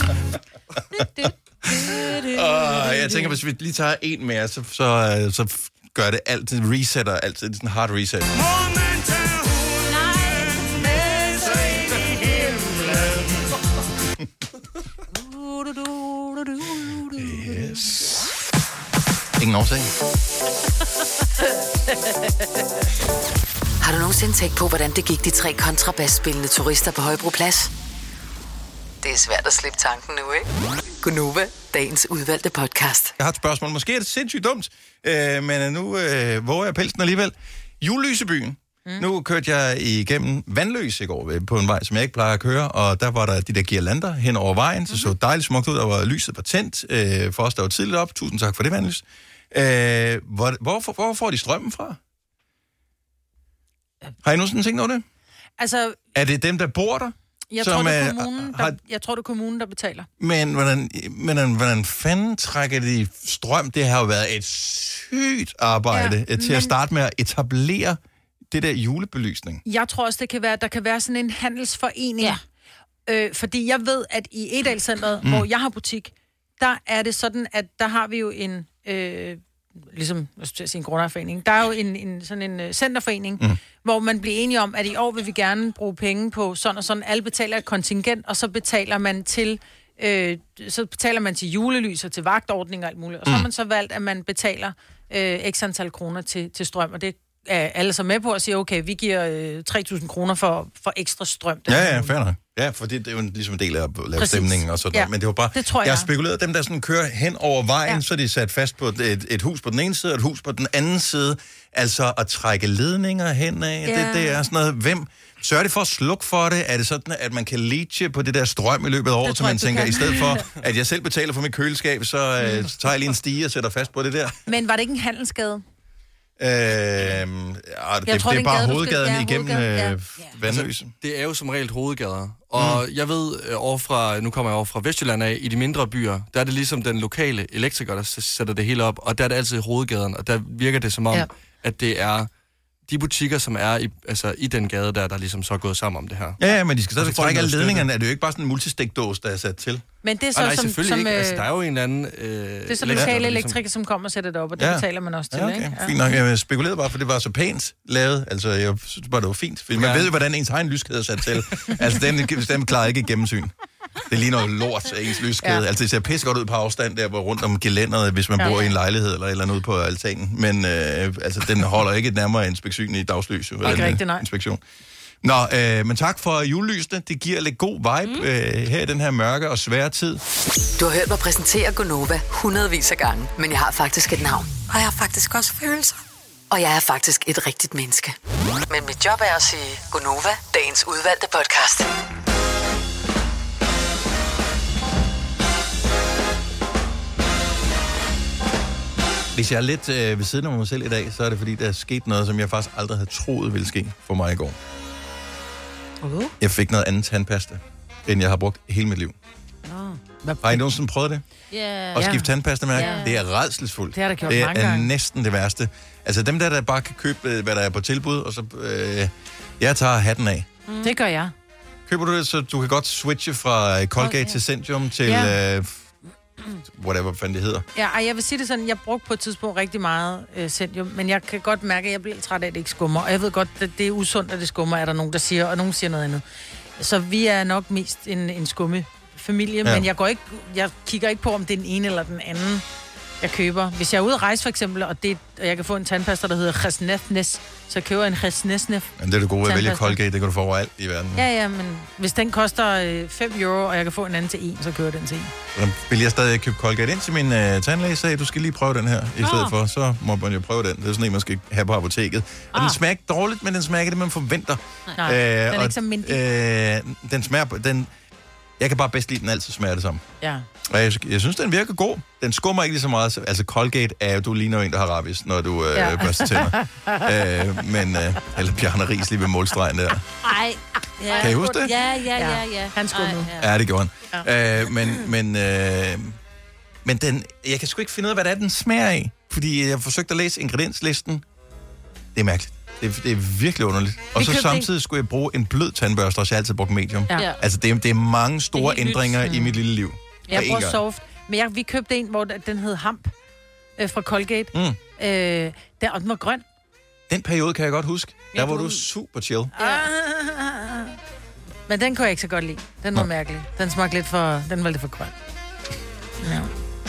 Jeg tænker, hvis vi lige tager en mere, så gør det altid, resetter altid, sådan en hard reset. Yes. Ingen årsag. Har du nogensinde tænkt på, hvordan det gik de 3 kontrabasspillende turister på Højbroplads? Det er svært at slippe tanken nu, ikke? Gunova, dagens udvalgte podcast. Jeg har et spørgsmål. Måske er det sindssygt dumt, men nu våger jeg pelsen alligevel. Julelysebyen. Nu kørte jeg igennem Vandløs i går på en vej, som jeg ikke plejer at køre, og der var der de der girlander hen over vejen, så dejligt smukt ud, og lyset var tændt for os, der var tidligt op. Tusind tak for det, Vandløs. Hvor får de strømmen fra? Har I nogensinde tænkt over det? Altså, er det dem, der bor der? Jeg tror, det er kommunen, der betaler. Men hvordan fanden trækker de strøm? Det har jo været et sygt arbejde til at starte med at etablere det der julebelysning. Jeg tror også, det kan være, der kan være sådan en handelsforening. Ja. Fordi jeg ved, at i Edalcenteret, hvor jeg har butik, der er det sådan, at der har vi jo en, ligesom, jeg skal sige en grundejerforening, der er jo sådan en centerforening, hvor man bliver enige om, at i år vil vi gerne bruge penge på sådan og sådan. Alle betaler et kontingent, og så betaler man til julelys og til vagtordning og alt muligt. Og så har man så valgt, at man betaler x antal kroner til strøm, og det er alle så med på og siger, okay, vi giver 3.000 kroner for ekstra strøm. Ja, fair nok. Ja, for det er jo ligesom en del af at lave stemningen og sådan noget. Men det var bare, det tror jeg har spekuleret, dem der sådan kører hen over vejen, så er de sat fast på et hus på den ene side, og et hus på den anden side. Altså at trække ledninger henad, det er sådan noget, hvem... Sørger de for at slukke for det? Er det sådan, at man kan leache på det der strøm i løbet af året, så man tænker, i stedet for, at jeg selv betaler for mit køleskab, så tager jeg lige en stige og sætter fast på det der? Men var det ikke en handelsgade? Det er bare hovedgaden igennem Vandløse. Det er jo som regel hovedgader. Og jeg ved, nu kommer jeg over fra Vestjylland af, i de mindre byer, der er det ligesom den lokale elektriker, der sætter det hele op, og der er det altid hovedgaden, og der virker det som om, at det er de butikker, som er i den gade, der ligesom så er gået sammen om det her. Ja, men de skal stadig trække alle ledningerne. Er det jo ikke bare sådan en multistikdåse, der er sat til? Men det er så nej, selvfølgelig ikke. Altså, der er jo en eller anden... det er så lokale elektriker, som kommer og sætter det op, og det betaler man også til, okay. Ikke? Fint nok. Jeg spekulerede bare, for det var så pænt lavet. Altså, jeg synes bare, det var fint. For man ved jo, hvordan ens egen lyskæde er sat til. Altså, den klarer ikke gennemsyn. Det ligner jo lort af ens lyskæde. Ja. Altså, det ser pisse godt ud på afstand der, hvor rundt om gelænderet, hvis man bor i en lejlighed eller noget på altanen. Men altså, den holder ikke nærmere inspektion i dagslys. Ikke rigtigt, nej. Inspektion. Nå, men tak for julelysene. Det giver lidt god vibe her i den her mørke og svære tid. Du har hørt mig præsentere Gonova hundredvis af gange, men jeg har faktisk et navn. Og jeg har faktisk også følelser. Og jeg er faktisk et rigtigt menneske. Men mit job er at sige Gonova, dagens udvalgte podcast. Hvis jeg er lidt ved siden af mig selv i dag, så er det fordi, der er sket noget, som jeg faktisk aldrig havde troet ville ske for mig i går. Jeg fik noget andet tandpasta, end jeg har brugt hele mit liv. Har I nogensinde prøvet det? At skifte tandpastamærke? Det er rædselsfuldt. Det har der gjort mange gange. Det er næsten det værste. Altså dem der bare kan købe, hvad der er på tilbud, og så jeg tager hatten af. Det gør jeg. Køber du det, så du kan godt switche fra Colgate til Centrum til... whatever fanden det hedder. Ja, jeg vil sige det sådan, jeg brugte på et tidspunkt rigtig meget Centrum, men jeg kan godt mærke, at jeg bliver træt af, at det ikke skummer. Og jeg ved godt, at det er usundt, at det skummer, er der nogen, der siger, og nogen siger noget andet. Så vi er nok mest en skumme familie, men jeg kigger ikke på, om det er den ene eller den anden, jeg køber. Hvis jeg er ude at rejse for eksempel, og jeg kan få en tandpasta, der hedder Resnefnes, så køber jeg en Resnefnes. Men det er det gode at vælge Colgate, det kan du få overalt i verden. Ja, men hvis den koster 5 euro, og jeg kan få en anden til 1, så køber jeg den til 1. Så vil jeg stadig købe Colgate ind til min tandlæge, sagde, du skal lige prøve den her i stedet for. Så må man jo prøve den. Det er sådan en, man skal have på apoteket. Og den smager ikke dårligt, men den smager ikke det, man forventer. Nej, den er ikke så mindig. Den smager... Jeg kan bare bedst lide, den altid smager det samme. Ja. Og jeg synes, den virker god. Den skummer ikke lige så meget. Altså, Colgate er jo, du ligner en, der har rabies, når du børster tænder. Eller Bjarne Riis lige ved målstregen der. Ej. Ja. Kan I huske det? Ja. Han skummede. Ja, det gjorde han. Ja. Men den, jeg kan sgu ikke finde ud af, hvad det er, den smager af. Fordi jeg har forsøgt at læse ingredienslisten. Det er mærkeligt. Det er virkelig underligt. Og så samtidig skulle jeg bruge en blød tandbørste, og jeg har altid brugt medium. Ja. Altså, det er mange store ændringer i mit lille liv. Jeg bruger soft. Men vi købte en, hvor den hed Hamp fra Colgate. Den var grøn. Den periode kan jeg godt huske. Der var du super chill. Men den kunne jeg ikke så godt lide. Den var mærkelig. Den smagte lidt for... Den var lidt for grøn. Ja.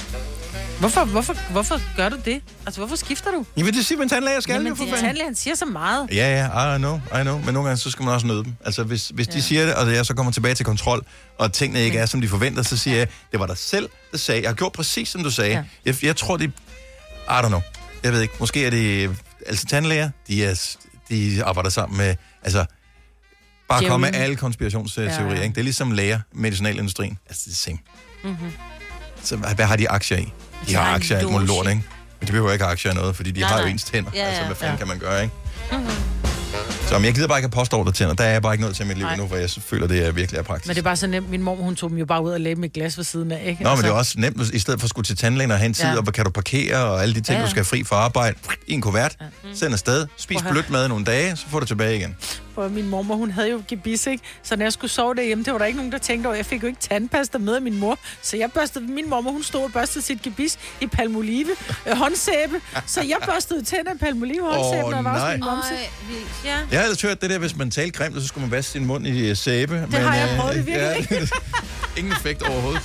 Hvorfor gør du det? Altså, hvorfor skifter du? Jeg vil det sige, at en tandlæge skal jo for fanden. Tandlægen siger så meget. Ja, I know. Men nogle gange, så skal man også nøde dem. Altså, hvis de siger det, og jeg så kommer tilbage til kontrol, og tingene ikke er, som de forventer, så siger jeg, det var dig selv, der sagde. Jeg har gjort præcis, som du sagde. Ja. Jeg tror, I don't know. Jeg ved ikke. Måske er det... Altså, tandlæger, de arbejder sammen med... Altså, bare komme med alle konspirationsteorier. Ikke? Det er ligesom læger, medicinalindustrien. Altså, det er same. Mm-hmm. Så hvad har de aktier i? De har aktier i alt muligt lort, ikke? Men de behøver ikke aktier i noget, fordi de har jo ens tænder. Altså, hvad fanden kan man gøre, ikke? Mm-hmm. Så jeg gider bare ikke have postordre tænder. Der er jeg bare ikke noget til mit liv nu, for jeg føler, det er virkelig praktisk. Men det er bare så nemt. Min mor, hun tog dem jo bare ud og lagde dem i glas ved siden af, ikke? Nå, men det er også nemt, i stedet for at skulle til tandlægen og have en tid, og kan du parkere, og alle de ting, du skal have fri fra arbejde, i en kuvert, send afsted, spis blødt mad nogle dage, så får du tilbage igen. For min mormor, hun havde jo gebis, ikke? Så når jeg skulle sove derhjemme, det var der ikke nogen, der tænkte over. Jeg fik jo ikke tandpasta med af min mor. Så jeg børstede, min mormor, hun stod og børstede sit gebis i palmolive håndsæbe. Så jeg børstede tænder i palmolive håndsæbe, når jeg var hos min momse. Jeg havde ellers hørt det der, hvis man talte grimt, så skulle man vaske sin mund i sæbe. Det har jeg prøvet, det virkelig ikke. Ingen effekt overhovedet.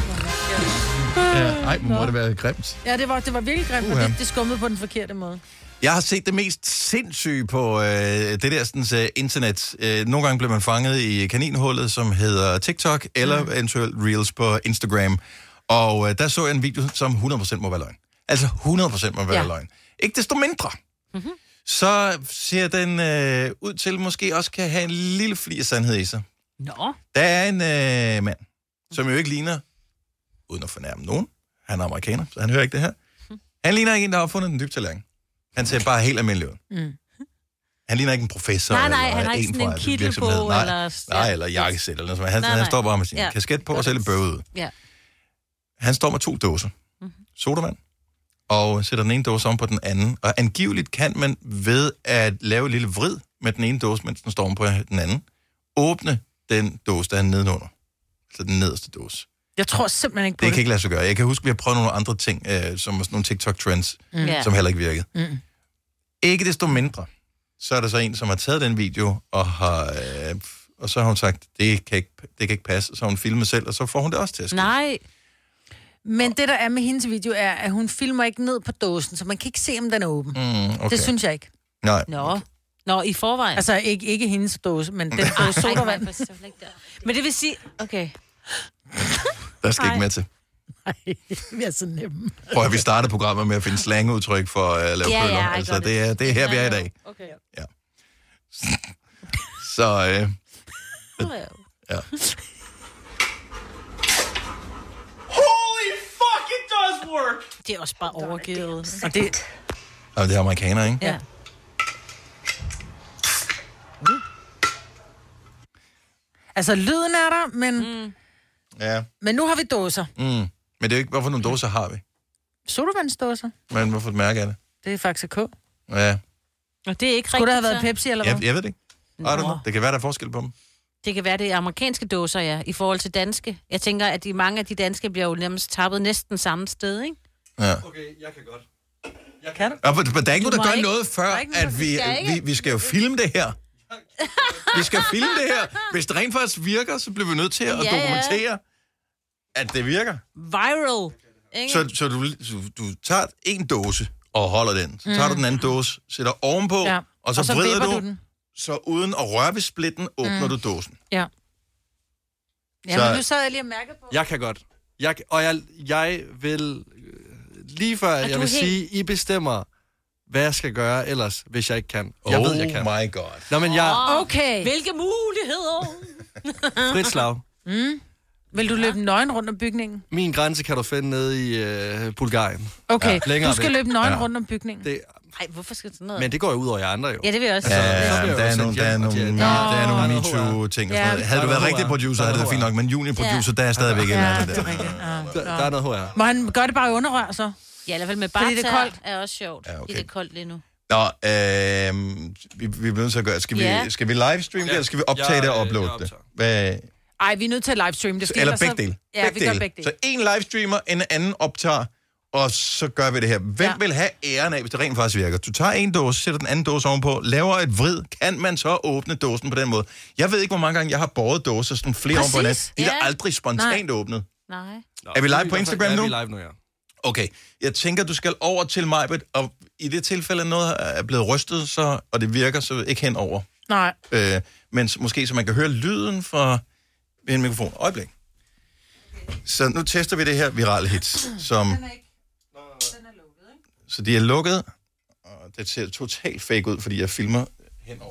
Ej, må det være grimt. Ja, det var virkelig grimt, og det skummede på den forkerte måde. Jeg har set det mest sindssyge på det der sådan, internet. Nogle gange bliver man fanget i kaninhullet, som hedder TikTok, eller eventuelt Reels på Instagram. Og der så jeg en video, som 100% må være løgn. Altså 100% må være løgn. Ikke desto mindre. Mm-hmm. Så ser den ud til, måske også kan have en lille fli af sandhed i sig. Nå. Der er en mand, som jo ikke ligner, uden at fornærme nogen. Han er amerikaner, så han hører ikke det her. Han ligner ikke en, der har opfundet den dybe tallerken. Han ser bare helt almindelig ud. Mm. Han ligner ikke en professor. Nej, eller han har ikke sådan en kittel på. Eller jakkesæt eller noget. Han står bare med sin kasket på og ser lidt bøvet ud. Ja. Han står med 2 dåser. Sodavand. Og sætter den ene dåse om på den anden. Og angiveligt kan man ved at lave et lille vrid med den ene dåse, mens den står om på den anden, åbne den dåse, der er nedenunder. Altså den nederste dåse. Jeg tror simpelthen ikke på det. Det kan ikke lade sig gøre. Jeg kan huske, at vi har prøvet nogle andre ting, som nogle TikTok-trends, som heller ikke virkede. Mm. Ikke desto mindre, så er der så en, som har taget den video, og så har hun sagt, det kan ikke passe. Så har hun filmet selv, og så får hun det også til at ske. Nej. Men det, der er med hendes video, er, at hun filmer ikke ned på dåsen, så man kan ikke se, om den er åben. Okay. Det synes jeg ikke. Nej. Nå, i forvejen. Altså, ikke hendes dåse, men den dåse sodavand. Men det vil sige... Okay. Der skal ikke med til. Nej, vi er så nemme. Prøv at vi startede programmet med at finde slangudtryk for at lave pøller. Altså, det er her, vi er i dag. Okay. Ja. Så, ja. Holy fuck, it does work! Det er også bare overgivet. Og det er amerikanere, ikke? Ja. Altså, lyden er der, men... Ja. Men nu har vi dåser. Men det er jo ikke, hvorfor nogle dåser har vi? Sodavandsdåser. Men hvorfor mærke af det? Det er faktisk K. Ja. Og det er ikke Skulle rigtigt, der have været Pepsi, eller hvad? Jeg ved det ikke. Det kan være, der er forskel på dem. Det kan være, det er amerikanske dåser, ja, i forhold til danske. Jeg tænker, at mange af de danske bliver jo nærmest tappet næsten samme sted, ikke? Ja. Okay, jeg kan godt. Kan du? Ja, men der er ikke nogen, der gør noget før, at vi skal jo filme det her. Vi skal filme det her. Hvis det rent faktisk virker, så bliver vi nødt til at dokumentere, at det virker. Viral. Så du tager en dåse og holder den. Så tager du den anden dåse, sætter ovenpå, og så vrider du den. Så uden at røre ved splitten, åbner du dåsen. Ja. Ja, men nu sad jeg lige og mærkede på. Jeg kan godt. Jeg vil... Lige før jeg vil sige, I bestemmer, hvad jeg skal gøre ellers, hvis jeg ikke kan. Jeg ved, jeg kan. Oh my god. Nå, men Okay. Hvilke muligheder? Frit slag. Vil du løbe nøgen rundt om bygningen? Min grænse kan du finde nede i Bulgarien. Okay, ja, du skal løbe nøgen rundt om bygningen. Nej, hvorfor skal sådan noget? Men det går jo ud over jer andre, jo. Ja, det vil jeg også. Der er nogle MeToo-ting og sådan noget. Havde du været rigtig producer, havde det været fint nok, men junior-producer, der er stadigvæk ikke noget der. Der er noget HR. Må han gøre det bare i underrør, så? Ja, i hvert fald med Fordi det er koldt. er også sjovt. Ja, okay. Det er koldt lige nu. Nå, vi bliver nødt til at gøre... Skal vi livestream det, eller skal vi optage det og uploade det? Ej, vi er nødt til at livestream det. Eller begge dele. Ja, vi gør begge dele. Så en livestreamer, en anden optager, og så gør vi det her. Hvem vil have æren af, hvis det rent faktisk virker? Du tager en dåse, sætter den anden dåse ovenpå, laver et vrid. Kan man så åbne dåsen på den måde? Jeg ved ikke, hvor mange gange jeg har båret dåser sådan flere ovenpå hinanden. De er aldrig spontant åbnet. Nej. Er vi live på Instagram nu? Ja, vi er live nu, ja. Okay. Jeg tænker, du skal over til Majbet, og i det tilfælde, noget er blevet rystet, så, og det virker, så ikke hen over. Nej. Men måske, så man kan høre lyden fra en mikrofon. Øjeblik. Så nu tester vi det her virale hits, som... Den er lukket, ikke? Så de er lukket, og det ser totalt fake ud, fordi jeg filmer henover.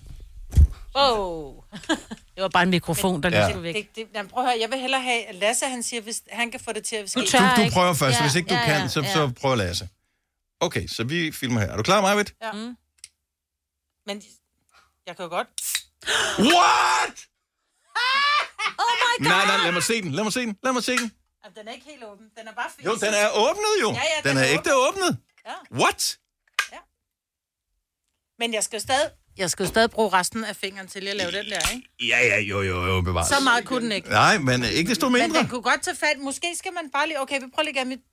Det var bare en mikrofon, der lige skulle væk. Prøv at høre, jeg vil hellere have, at Lasse, han siger, hvis han kan få det til at ske. Du prøver først, hvis ikke du kan, så prøver Lasse. Okay, så vi filmer her. Er du klar, Majbet? Ja. Men jeg kan jo godt... What? Oh my god! Nej, lad mig se den. Jamen, den er ikke helt åben. Den er bare fint. Jo, den er åbnet jo. Ja, den er ægte åbnet. Ja. What? Ja. Men jeg skal jo stadig bruge resten af fingeren til at lave den der, ikke? Ja, jo, bevares. Så meget kunne den ikke. Nej, men ikke desto mindre. Men den kunne godt tage fat. Måske skal man bare lige... Okay, vi prøver lige at mit...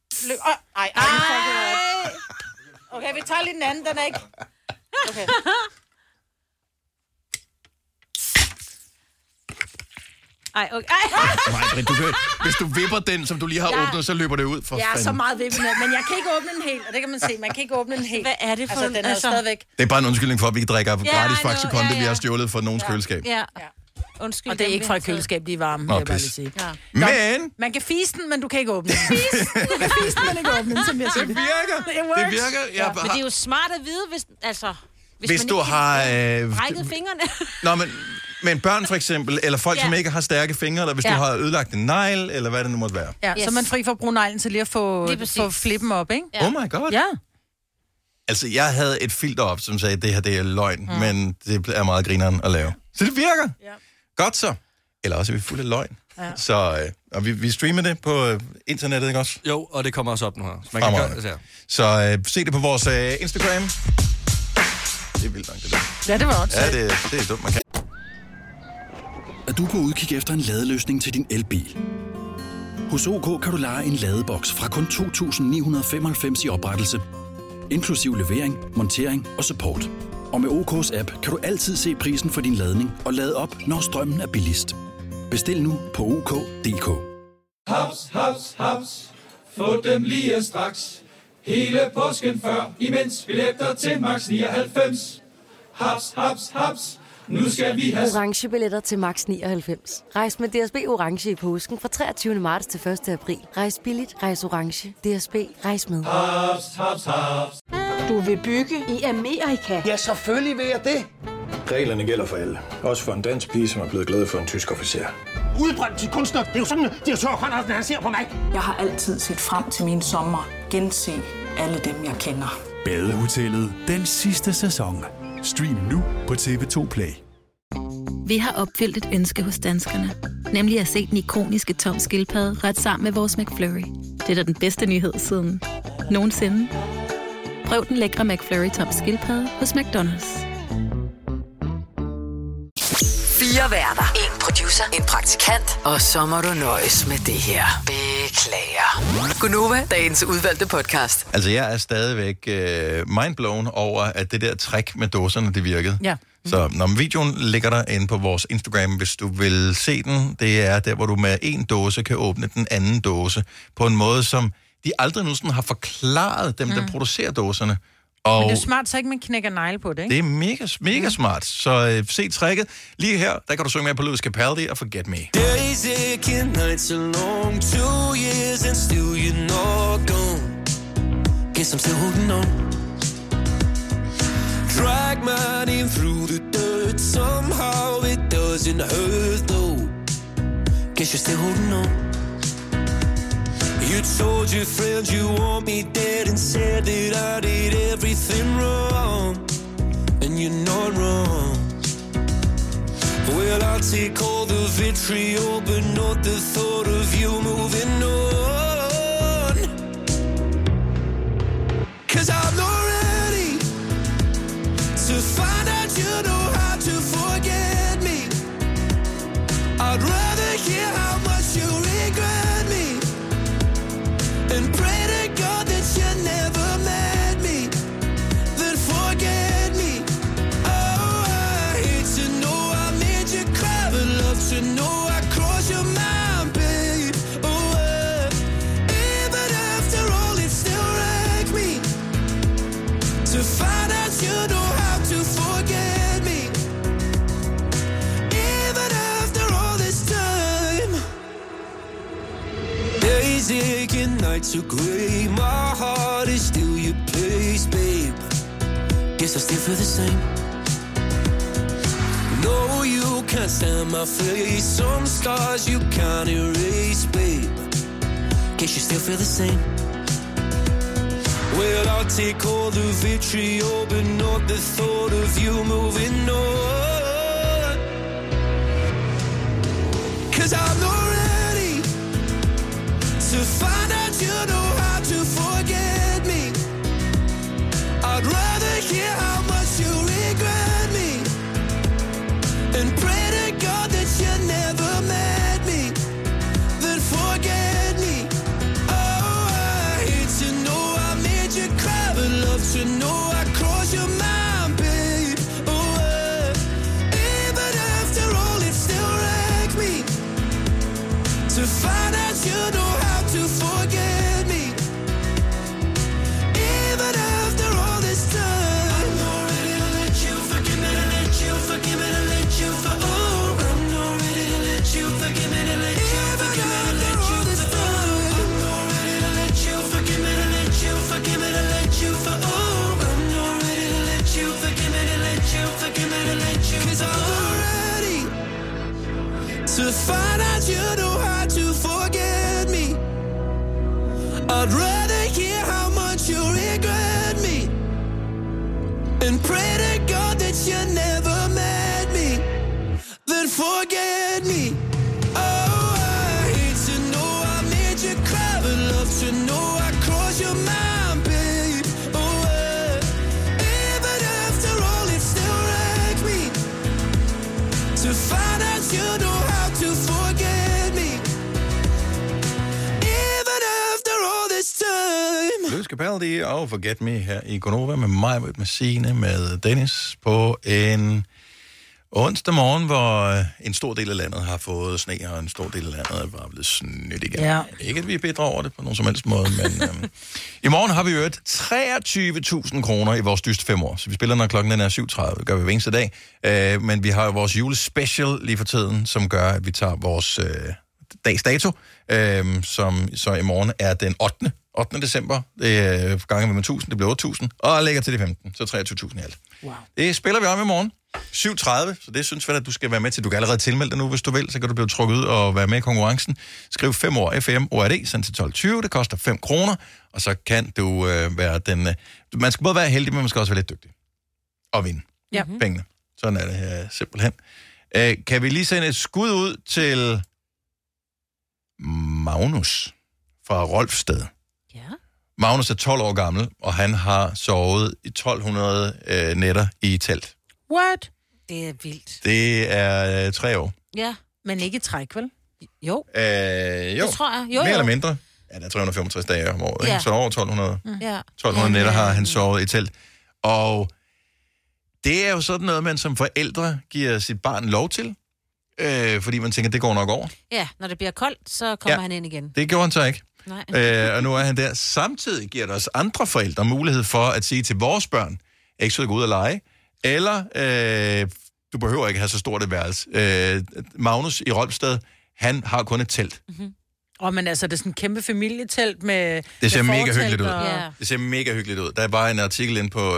Okay, vi tager lige den anden. Den er ikke... Okay. Ej, okay. Nej, hvis du vipper den, som du lige har åbnet, så løber det ud for fanden. Så meget vippende, men jeg kan ikke åbne den helt, og det kan man se. Man kan ikke åbne den helt. Hvad er det for den er stadigvæk. Det er bare en undskyldning for, at vi drikker gratis Faxe Kondi, vi har stjålet fra nogens køleskab. Ja. Undskyld, og det er ikke fra et køleskab, de er varme, vil jeg bare lige sige. Ja. Men... Man kan fise den, men du kan ikke åbne den. Du kan fise den, men ikke åbne den, som jeg siger. Det virker. Det virker. Men det er jo smart at vide, hvis man du ikke har brækket fingrene. Nå, men børn for eksempel, eller folk, som ikke har stærke fingre, eller hvis du har ødelagt en negl, eller hvad det nu måtte være. Ja, så er man fri for at bruge neglen til lige at få flippen op, ikke? Ja. Oh my god. Ja. Altså, jeg havde et filter op, som sagde, at det her det er løgn, men det er meget grineren at lave. Så det virker. Ja. Godt så. Eller også er vi fulde af løgn. Ja. Så og vi streamer det på internettet, ikke også? Jo, og det kommer også op nu her. Så man kan gøre det her. Så se det på vores Instagram. Det er vildt nok, det der. Ja, det var også. Ja, det er dumt, man kan. Er du på udkig efter en ladeløsning til din elbil? Hos OK kan du leje en ladeboks fra kun 2.995 i oprettelse, inklusiv levering, montering og support. Og med OK's app kan du altid se prisen for din ladning og lade op, når strømmen er billigst. Bestil nu på OK.dk. Haps, haps, haps. Få dem lige straks. Hele påsken før, imens billetter til max 99. Haps, haps, haps. Nu skal vi have orange billetter til max 99. Rejs med DSB orange i påsken fra 23. marts til 1. april. Rejs billigt, rejs orange. DSB, rejs med. Haps, haps, haps. Du vil bygge i Amerika? Ja, selvfølgelig vil jeg det. Reglerne gælder for alle. Også for en dansk pige, som er blevet glad for en tysk officer. Udbrændt til kunstner. Det er jo sådan, at direktør Conradsen, han ser på mig. Jeg har altid set frem til min sommer. Gense alle dem, jeg kender. Badehotellet den sidste sæson. Stream nu på TV2 Play. Vi har opfyldt et ønske hos danskerne. Nemlig at se den ikoniske Tom Skildpadde ret sammen med vores McFlurry. Det er da den bedste nyhed siden nogensinde. Prøv den lækre McFlurry Tom Skildpadde hos McDonald's. 4 værter. 1 producer. 1 praktikant. Og så må du nøjes med det her. Beklager. Gunova, dagens udvalgte podcast. Altså, jeg er stadigvæk mindblown over, at det der trick med dåserne, det virkede. Ja. Så når videoen ligger der inde på vores Instagram, hvis du vil se den, det er der, hvor du med en dåse kan åbne den anden dåse på en måde, som de aldrig nu sådan har forklaret dem, der producerer dåserne. Og men det er smart, så ikke man knækker negle på det, ikke? Det er mega smart. Så se tricket. Lige her, der kan du synge med på Louis Capaldi og Forget Me. Days aching, nights are long, 2 years and still you're not gone. Guess I'm still holding on. Drag my name through the dirt, somehow it doesn't hurt though. Guess you're still holding on. You told your friends you want me dead and said that I did everything wrong. And you're not wrong. Well, I'll take all the vitriol, but not the thought of you moving on. 'Cause I'm not ready to find out you know how to forget me. I'd rather hear how much you regret me and pray to God that you never met me, then forget me. Oh, I hate to know I made you cry, but love to know I crossed your mind, babe. Oh, even after all, it still wrecks me to find out you know how to forget me. Even after all this time. Days aching, nights are gray. My heart is still your place, babe. Guess I still feel the same. No, you can't stand my face. Some scars you can't erase, babe. Guess you still feel the same. Well, I'll take all the vitriol, but not the thought of you moving on. 'Cause I'm not ready to find out you know how to forget me. I'd rather hear how much you regret me and pray to God that you never met me, then forget me. Oh, I hate to know I made you cry, but love to know I crossed your mind, babe. Oh, even after all, it still wrecks me to find out you know how to forget me. I'd rather hear how much you regret me and pray to God that you never met me than forget me. Oh, I hate to know I made you cry, but love to know I crossed your mind, babe. Oh, even after all, it still wrecks me to find out you know how to forget me. Even after all this time. Louis Capaldi og Forget Me her i Gonova med mig, med Signe, med Dennis på en onsdag morgen, hvor en stor del af landet har fået sne, og en stor del af landet er bare blevet snydt igen. Ja. Ikke at vi er bedre over det på nogen som helst måde, men i morgen har vi øget 23.000 kroner i vores dyste 5 år. Så vi spiller, når klokken er 7.30. Det gør vi hver eneste dag. Men vi har jo vores julespecial lige for tiden, som gør, at vi tager vores dags dato, som så i morgen er den 8. december. Det er gange med 1000, det bliver 8.000, og lægger til de 15, så 23.000 i alt. Wow. Det spiller vi om i morgen. 7.30, så det synes vi, at du skal være med til. Du kan allerede tilmelde dig nu, hvis du vil, så kan du blive trukket ud og være med i konkurrencen. Skriv 5 år FM ORD, send til 12.20, det koster 5 kroner, og så kan du være den... man skal både være heldig, men man skal også være lidt dygtig. Og vinde pengene. Sådan er det her simpelthen. Kan vi lige sende et skud ud til Magnus fra Rolfsted? Ja. Magnus er 12 år gammel, og han har sovet i 1200 nætter i telt. What? Det er vildt. Det er 3 år. Ja. Men ikke træk, vel? Jo. Jo. Det tror jeg. Jo, mere eller mindre. Ja, der er 365 dage om året, ikke? Så over 1200. Ja. 1200 nætter har han sovet i telt. Og det er jo sådan noget, man som forældre giver sit barn lov til. Fordi man tænker, det går nok over. Ja, når det bliver koldt, så kommer han ind igen. Det gjorde han så ikke. Nej. Og nu er han der. Samtidig giver der os andre forældre mulighed for at sige til vores børn, ikke så gå ud og lege, eller du behøver ikke have så stort et værelse. Magnus i Rolfsted, han har kun et telt. Mm-hmm. Men altså, det er sådan en kæmpe familietelt med... Det ser mega hyggeligt ud. Ja. Det ser mega hyggeligt ud. Der er bare en artikel inde på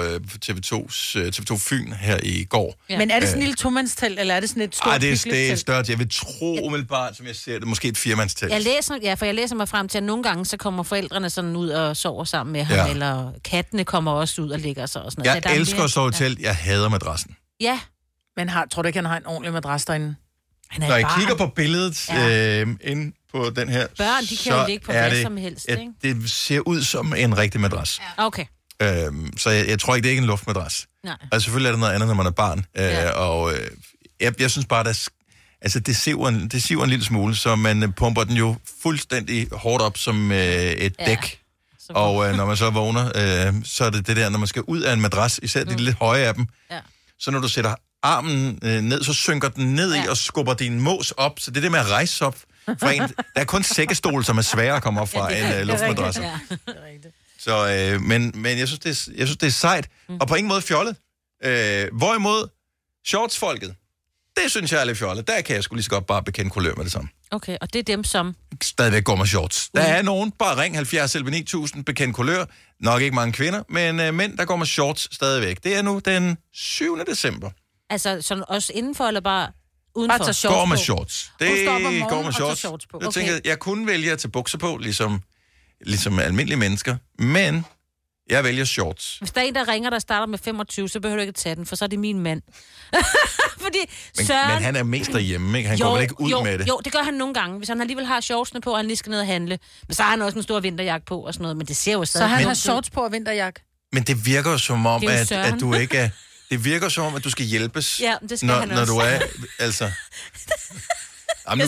TV2 Fyn her i går. Ja. Men er det sådan en lille tomandstelt, eller er det sådan et stort hyggeligt telt? Det er større. Jeg vil tro umiddelbart, som jeg ser det, måske et 4-mandstelt. Jeg læser mig frem til, at nogle gange, så kommer forældrene sådan ud og sover sammen med ham, eller kattene kommer også ud og ligger sig og sådan noget. Jeg elsker at sove i telt. Jeg hader madrassen. Ja. Men tror du ikke, han har en ordentlig madras derinde? Når jeg kigger på billedet inde på den her, børn, de kan jo ligge på hvad som helst, ikke? Det ser ud som en rigtig madras. Ja. Okay. Så jeg tror ikke, det er ikke en luftmadras. Nej. Og selvfølgelig er det noget andet, når man er barn. Jeg synes bare, det siver en lille smule, så man pumper den jo fuldstændig hårdt op som et dæk. Og når man så vågner, så er det det der, når man skal ud af en madras, især de lidt høje af dem. Ja. Så når du sætter armen ned, så synker den ned i og skubber din mås op. Så det er det med at rejse op. Der er kun sækkestol, som er svære at komme op fra en luftmadras. Ja. Så, men jeg synes, det er sejt, og på ingen måde fjollet. Hvorimod shortsfolket, det synes jeg er lidt fjollet. Der kan jeg sgu lige så godt bare bekende kulør med det samme. Okay, og det er dem, som... stadigvæk går med shorts. Der er nogen, bare ring 70 11 9000, bekend kulør. Nok ikke mange kvinder, men mænd, der går med shorts stadigvæk. Det er nu den 7. december. Altså, sådan også indenfor, eller bare udenfor? Bare shorts går med shorts. Det går med shorts. På. Jeg tænker, jeg kunne vælge at tage bukser på, ligesom almindelige mennesker, men jeg vælger shorts. Hvis der er en, der ringer, der starter med 25, så behøver du ikke tage den, for så er det min mand. Fordi men han er mest derhjemme, ikke? Han går vel ikke ud med det? Jo, det gør han nogle gange. Hvis han alligevel har shortsene på, og han lige skal ned og handle. Men så har han også en stor vinterjakke på og sådan noget, men det ser jo stadig... Så han har shorts på og vinterjakke? Men det virker jo som om, at du ikke er... Det virker som om, at du skal hjælpes, ja, det skal han når du er... Altså... Jamen,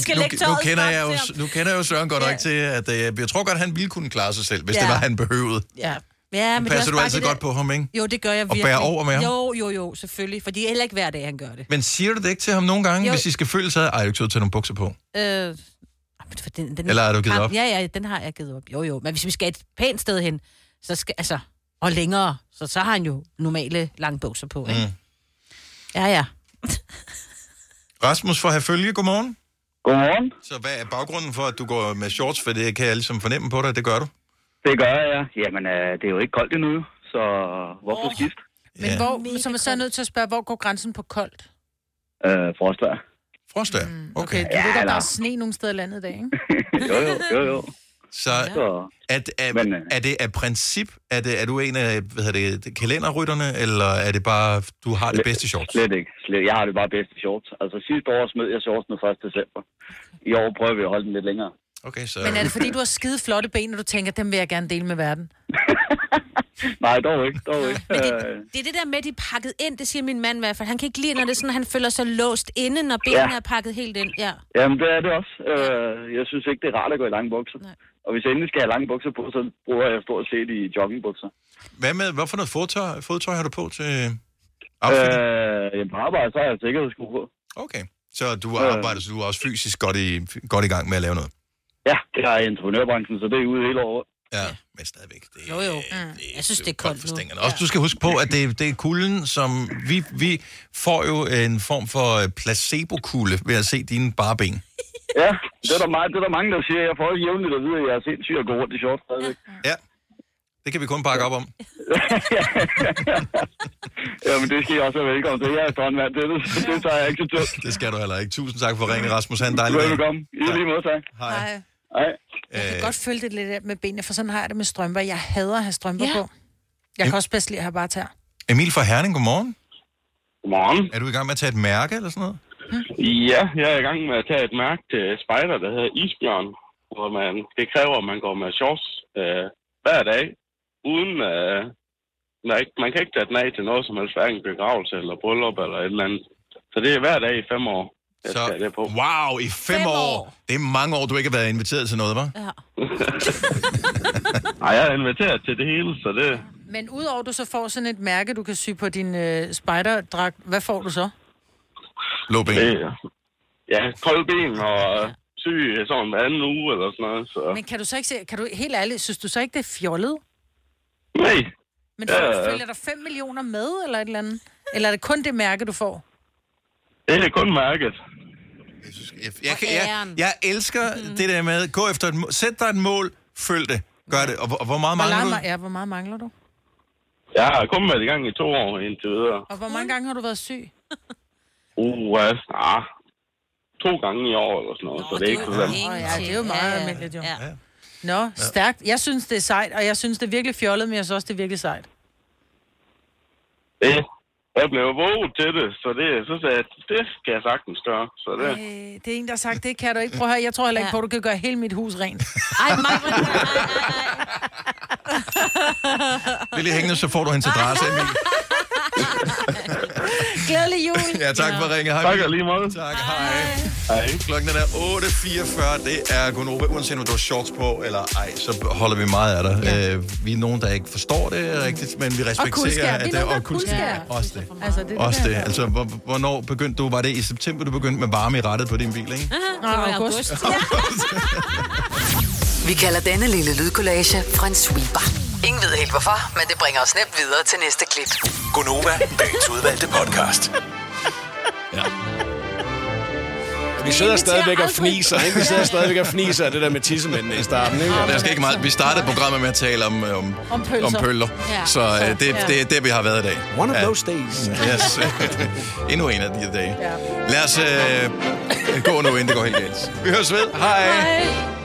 nu kender jeg jo Søren godt ikke til, at jeg tror godt, han ville kunne klare sig selv, hvis det var, han behøvede. Ja, men passer du altid godt på ham, ikke? Jo, det gør jeg virkelig. Og bærer over med ham? Jo, selvfølgelig. For det er heller ikke hver dag, han gør det. Men siger du det ikke til ham nogle gange, hvis I skal føle sig, ej, du ikke tage nogle bukser på? Eller har du givet op? Ja, den har jeg givet op. Jo. Men hvis vi skal et pænt sted hen, så skal, altså, og længere, så har han jo normale lange bukser på, ikke? Ja. Rasmus fra Herfølge, godmorgen. Godmorgen. Så hvad er baggrunden for, at du går med shorts? For det kan jeg ligesom fornemme på dig, det gør du. Det gør jeg, ja. Jamen, det er jo ikke koldt endnu, så hvorfor skifte? Men så er jeg nødt til at spørge, hvor går grænsen på koldt? Frostvejr. Frostvejr? Okay. Du ved, der er sne nogle steder i landet i dag, ikke? Jo. Så er det af princip, er du en af kalenderrytterne, eller er det bare, du har det bedste shorts? Slet ikke. Jeg har det bare bedste shorts. Altså sidste år smed jeg shorts den 1. december. I år prøver vi at holde den lidt længere. Okay, så... Men er det fordi, du har skide flotte ben, og du tænker, dem vil jeg gerne dele med verden? Nej, dog ikke. Men det er det der med, at de er pakket ind, det siger min mand i hvert fald. Han kan ikke lide, når det er sådan, han føler sig låst inde, når benene er pakket helt ind. Ja. Jamen, det er det også. Jeg synes ikke, det er rart at gå i lange bukser. Nej. Og hvis jeg endelig skal have lange bukser på, så bruger jeg stort set i joggingbukser. Hvad for noget fodtøj har du på til outfittet? På arbejde, så har jeg sikkerhedssko på. Okay, så du arbejder, så du er også fysisk godt i gang med at lave noget? Ja, det har jeg i entreprenørbranchen, så det er ude hele året. Ja, men stadigvæk. Jo. Jeg synes, det er koldt nu. Også du skal huske på, at det er kulden, som vi får jo en form for placebo-kulde ved at se dine bare ben. Ja, det er der mange, der siger. Jeg får også jævnligt at vide, at jeg er sindssygt og går rundt i shorts stadigvæk. Ja, det kan vi kun bakke op om. Ja, men det skal jeg også være velkommen til. Jeg er strandmand, det tager jeg ikke til tød. Det skal du heller ikke. Tusind tak for ringe, Rasmus. Han er dejlig. Velkommen. I lige måde, tak. Hej. Jeg kan godt følge det lidt med benene, for sådan har jeg det med strømper. Jeg hader at have strømper på. Jeg kan også bedst lide at have bare tær. Emil fra Herning, godmorgen. Godmorgen. Er du i gang med at tage et mærke eller sådan noget? Ja, jeg er i gang med at tage et mærke til spejder, der hedder Isbjørn. Hvor det kræver, at man går med shorts hver dag, uden... man kan ikke tage den af til noget som helst, hverken begravelse eller bryllup eller et eller andet. Så det er hver dag i 5 år. Wow, i 5 år! Det er mange år, du ikke har været inviteret til noget, hva'? Ja. Nej, jeg er inviteret til det hele, så det... Men udover du så får sådan et mærke, du kan sy på din spejderdragt, hvad får du så? Blå ben. Ja, kolde ben og sy sådan en anden uge eller sådan noget. Så. Men kan du så ikke se, helt ærligt, synes du så ikke, det er fjollet? Nej. Men følger der 5 millioner med, eller et eller andet? Eller er det kun det mærke, du får? Det er kun mærket. Jeg elsker det der med, gå efter et mål. Sæt dig et mål, følg det. Gør det. Og hvor meget mangler du? Ja, hvor meget mangler du? Jeg har kun været i gang i 2 år indtil videre. Og hvor mange gange har du været syg? 2 gange i år eller sådan noget, så det er ikke så slemt. Ja, det er jo meget almindeligt, jo. Ja. Nå, stærkt. Jeg synes, det er sejt, og jeg synes, det er virkelig fjollet, men jeg synes også, det er virkelig sejt. Jeg blev våget til det, så sagde jeg, det skal jeg sagtens gøre. Så det. Det er en, der har sagt, det kan du ikke. Prøv at høre, jeg tror heller ikke på, at du kan gøre hele mit hus rent. Bliv lige hængende, så får du hendes adresse, Emil. Glædelig jul. Ja, tak for at ringe. Hej. Tak lige måde. Tak, hej. Klokken er 8.44. Det er Gonova. Uanset om du har shorts på eller ej, så holder vi meget af dig. Ja. Vi er nogen, der ikke forstår det rigtigt, men vi respekterer, at det er kuldskær. Også det. Også det. Altså, hvornår begyndte du? Var det i september, du begyndte med varme i rettet på din bil, ikke? August. Vi kalder denne lille lydkollage en sweeper. Ingen ved helt hvorfor, men det bringer os nemt videre til næste klip. Gonova, dagens udvalgte podcast. Ja. Vi sidder stadigvæk og fniser, ikke? Vi sidder stadigvæk og fniser af det der med tissemændene i starten, ikke? Der skal ikke meget. Vi startede programmet med at tale om pølser. Ja. Så det er det, vi har været i dag. One of those days. Yes. Endnu en af de dage. Ja. Lad os gå nu, inden det går helt galt. Vi høres ved. Hej.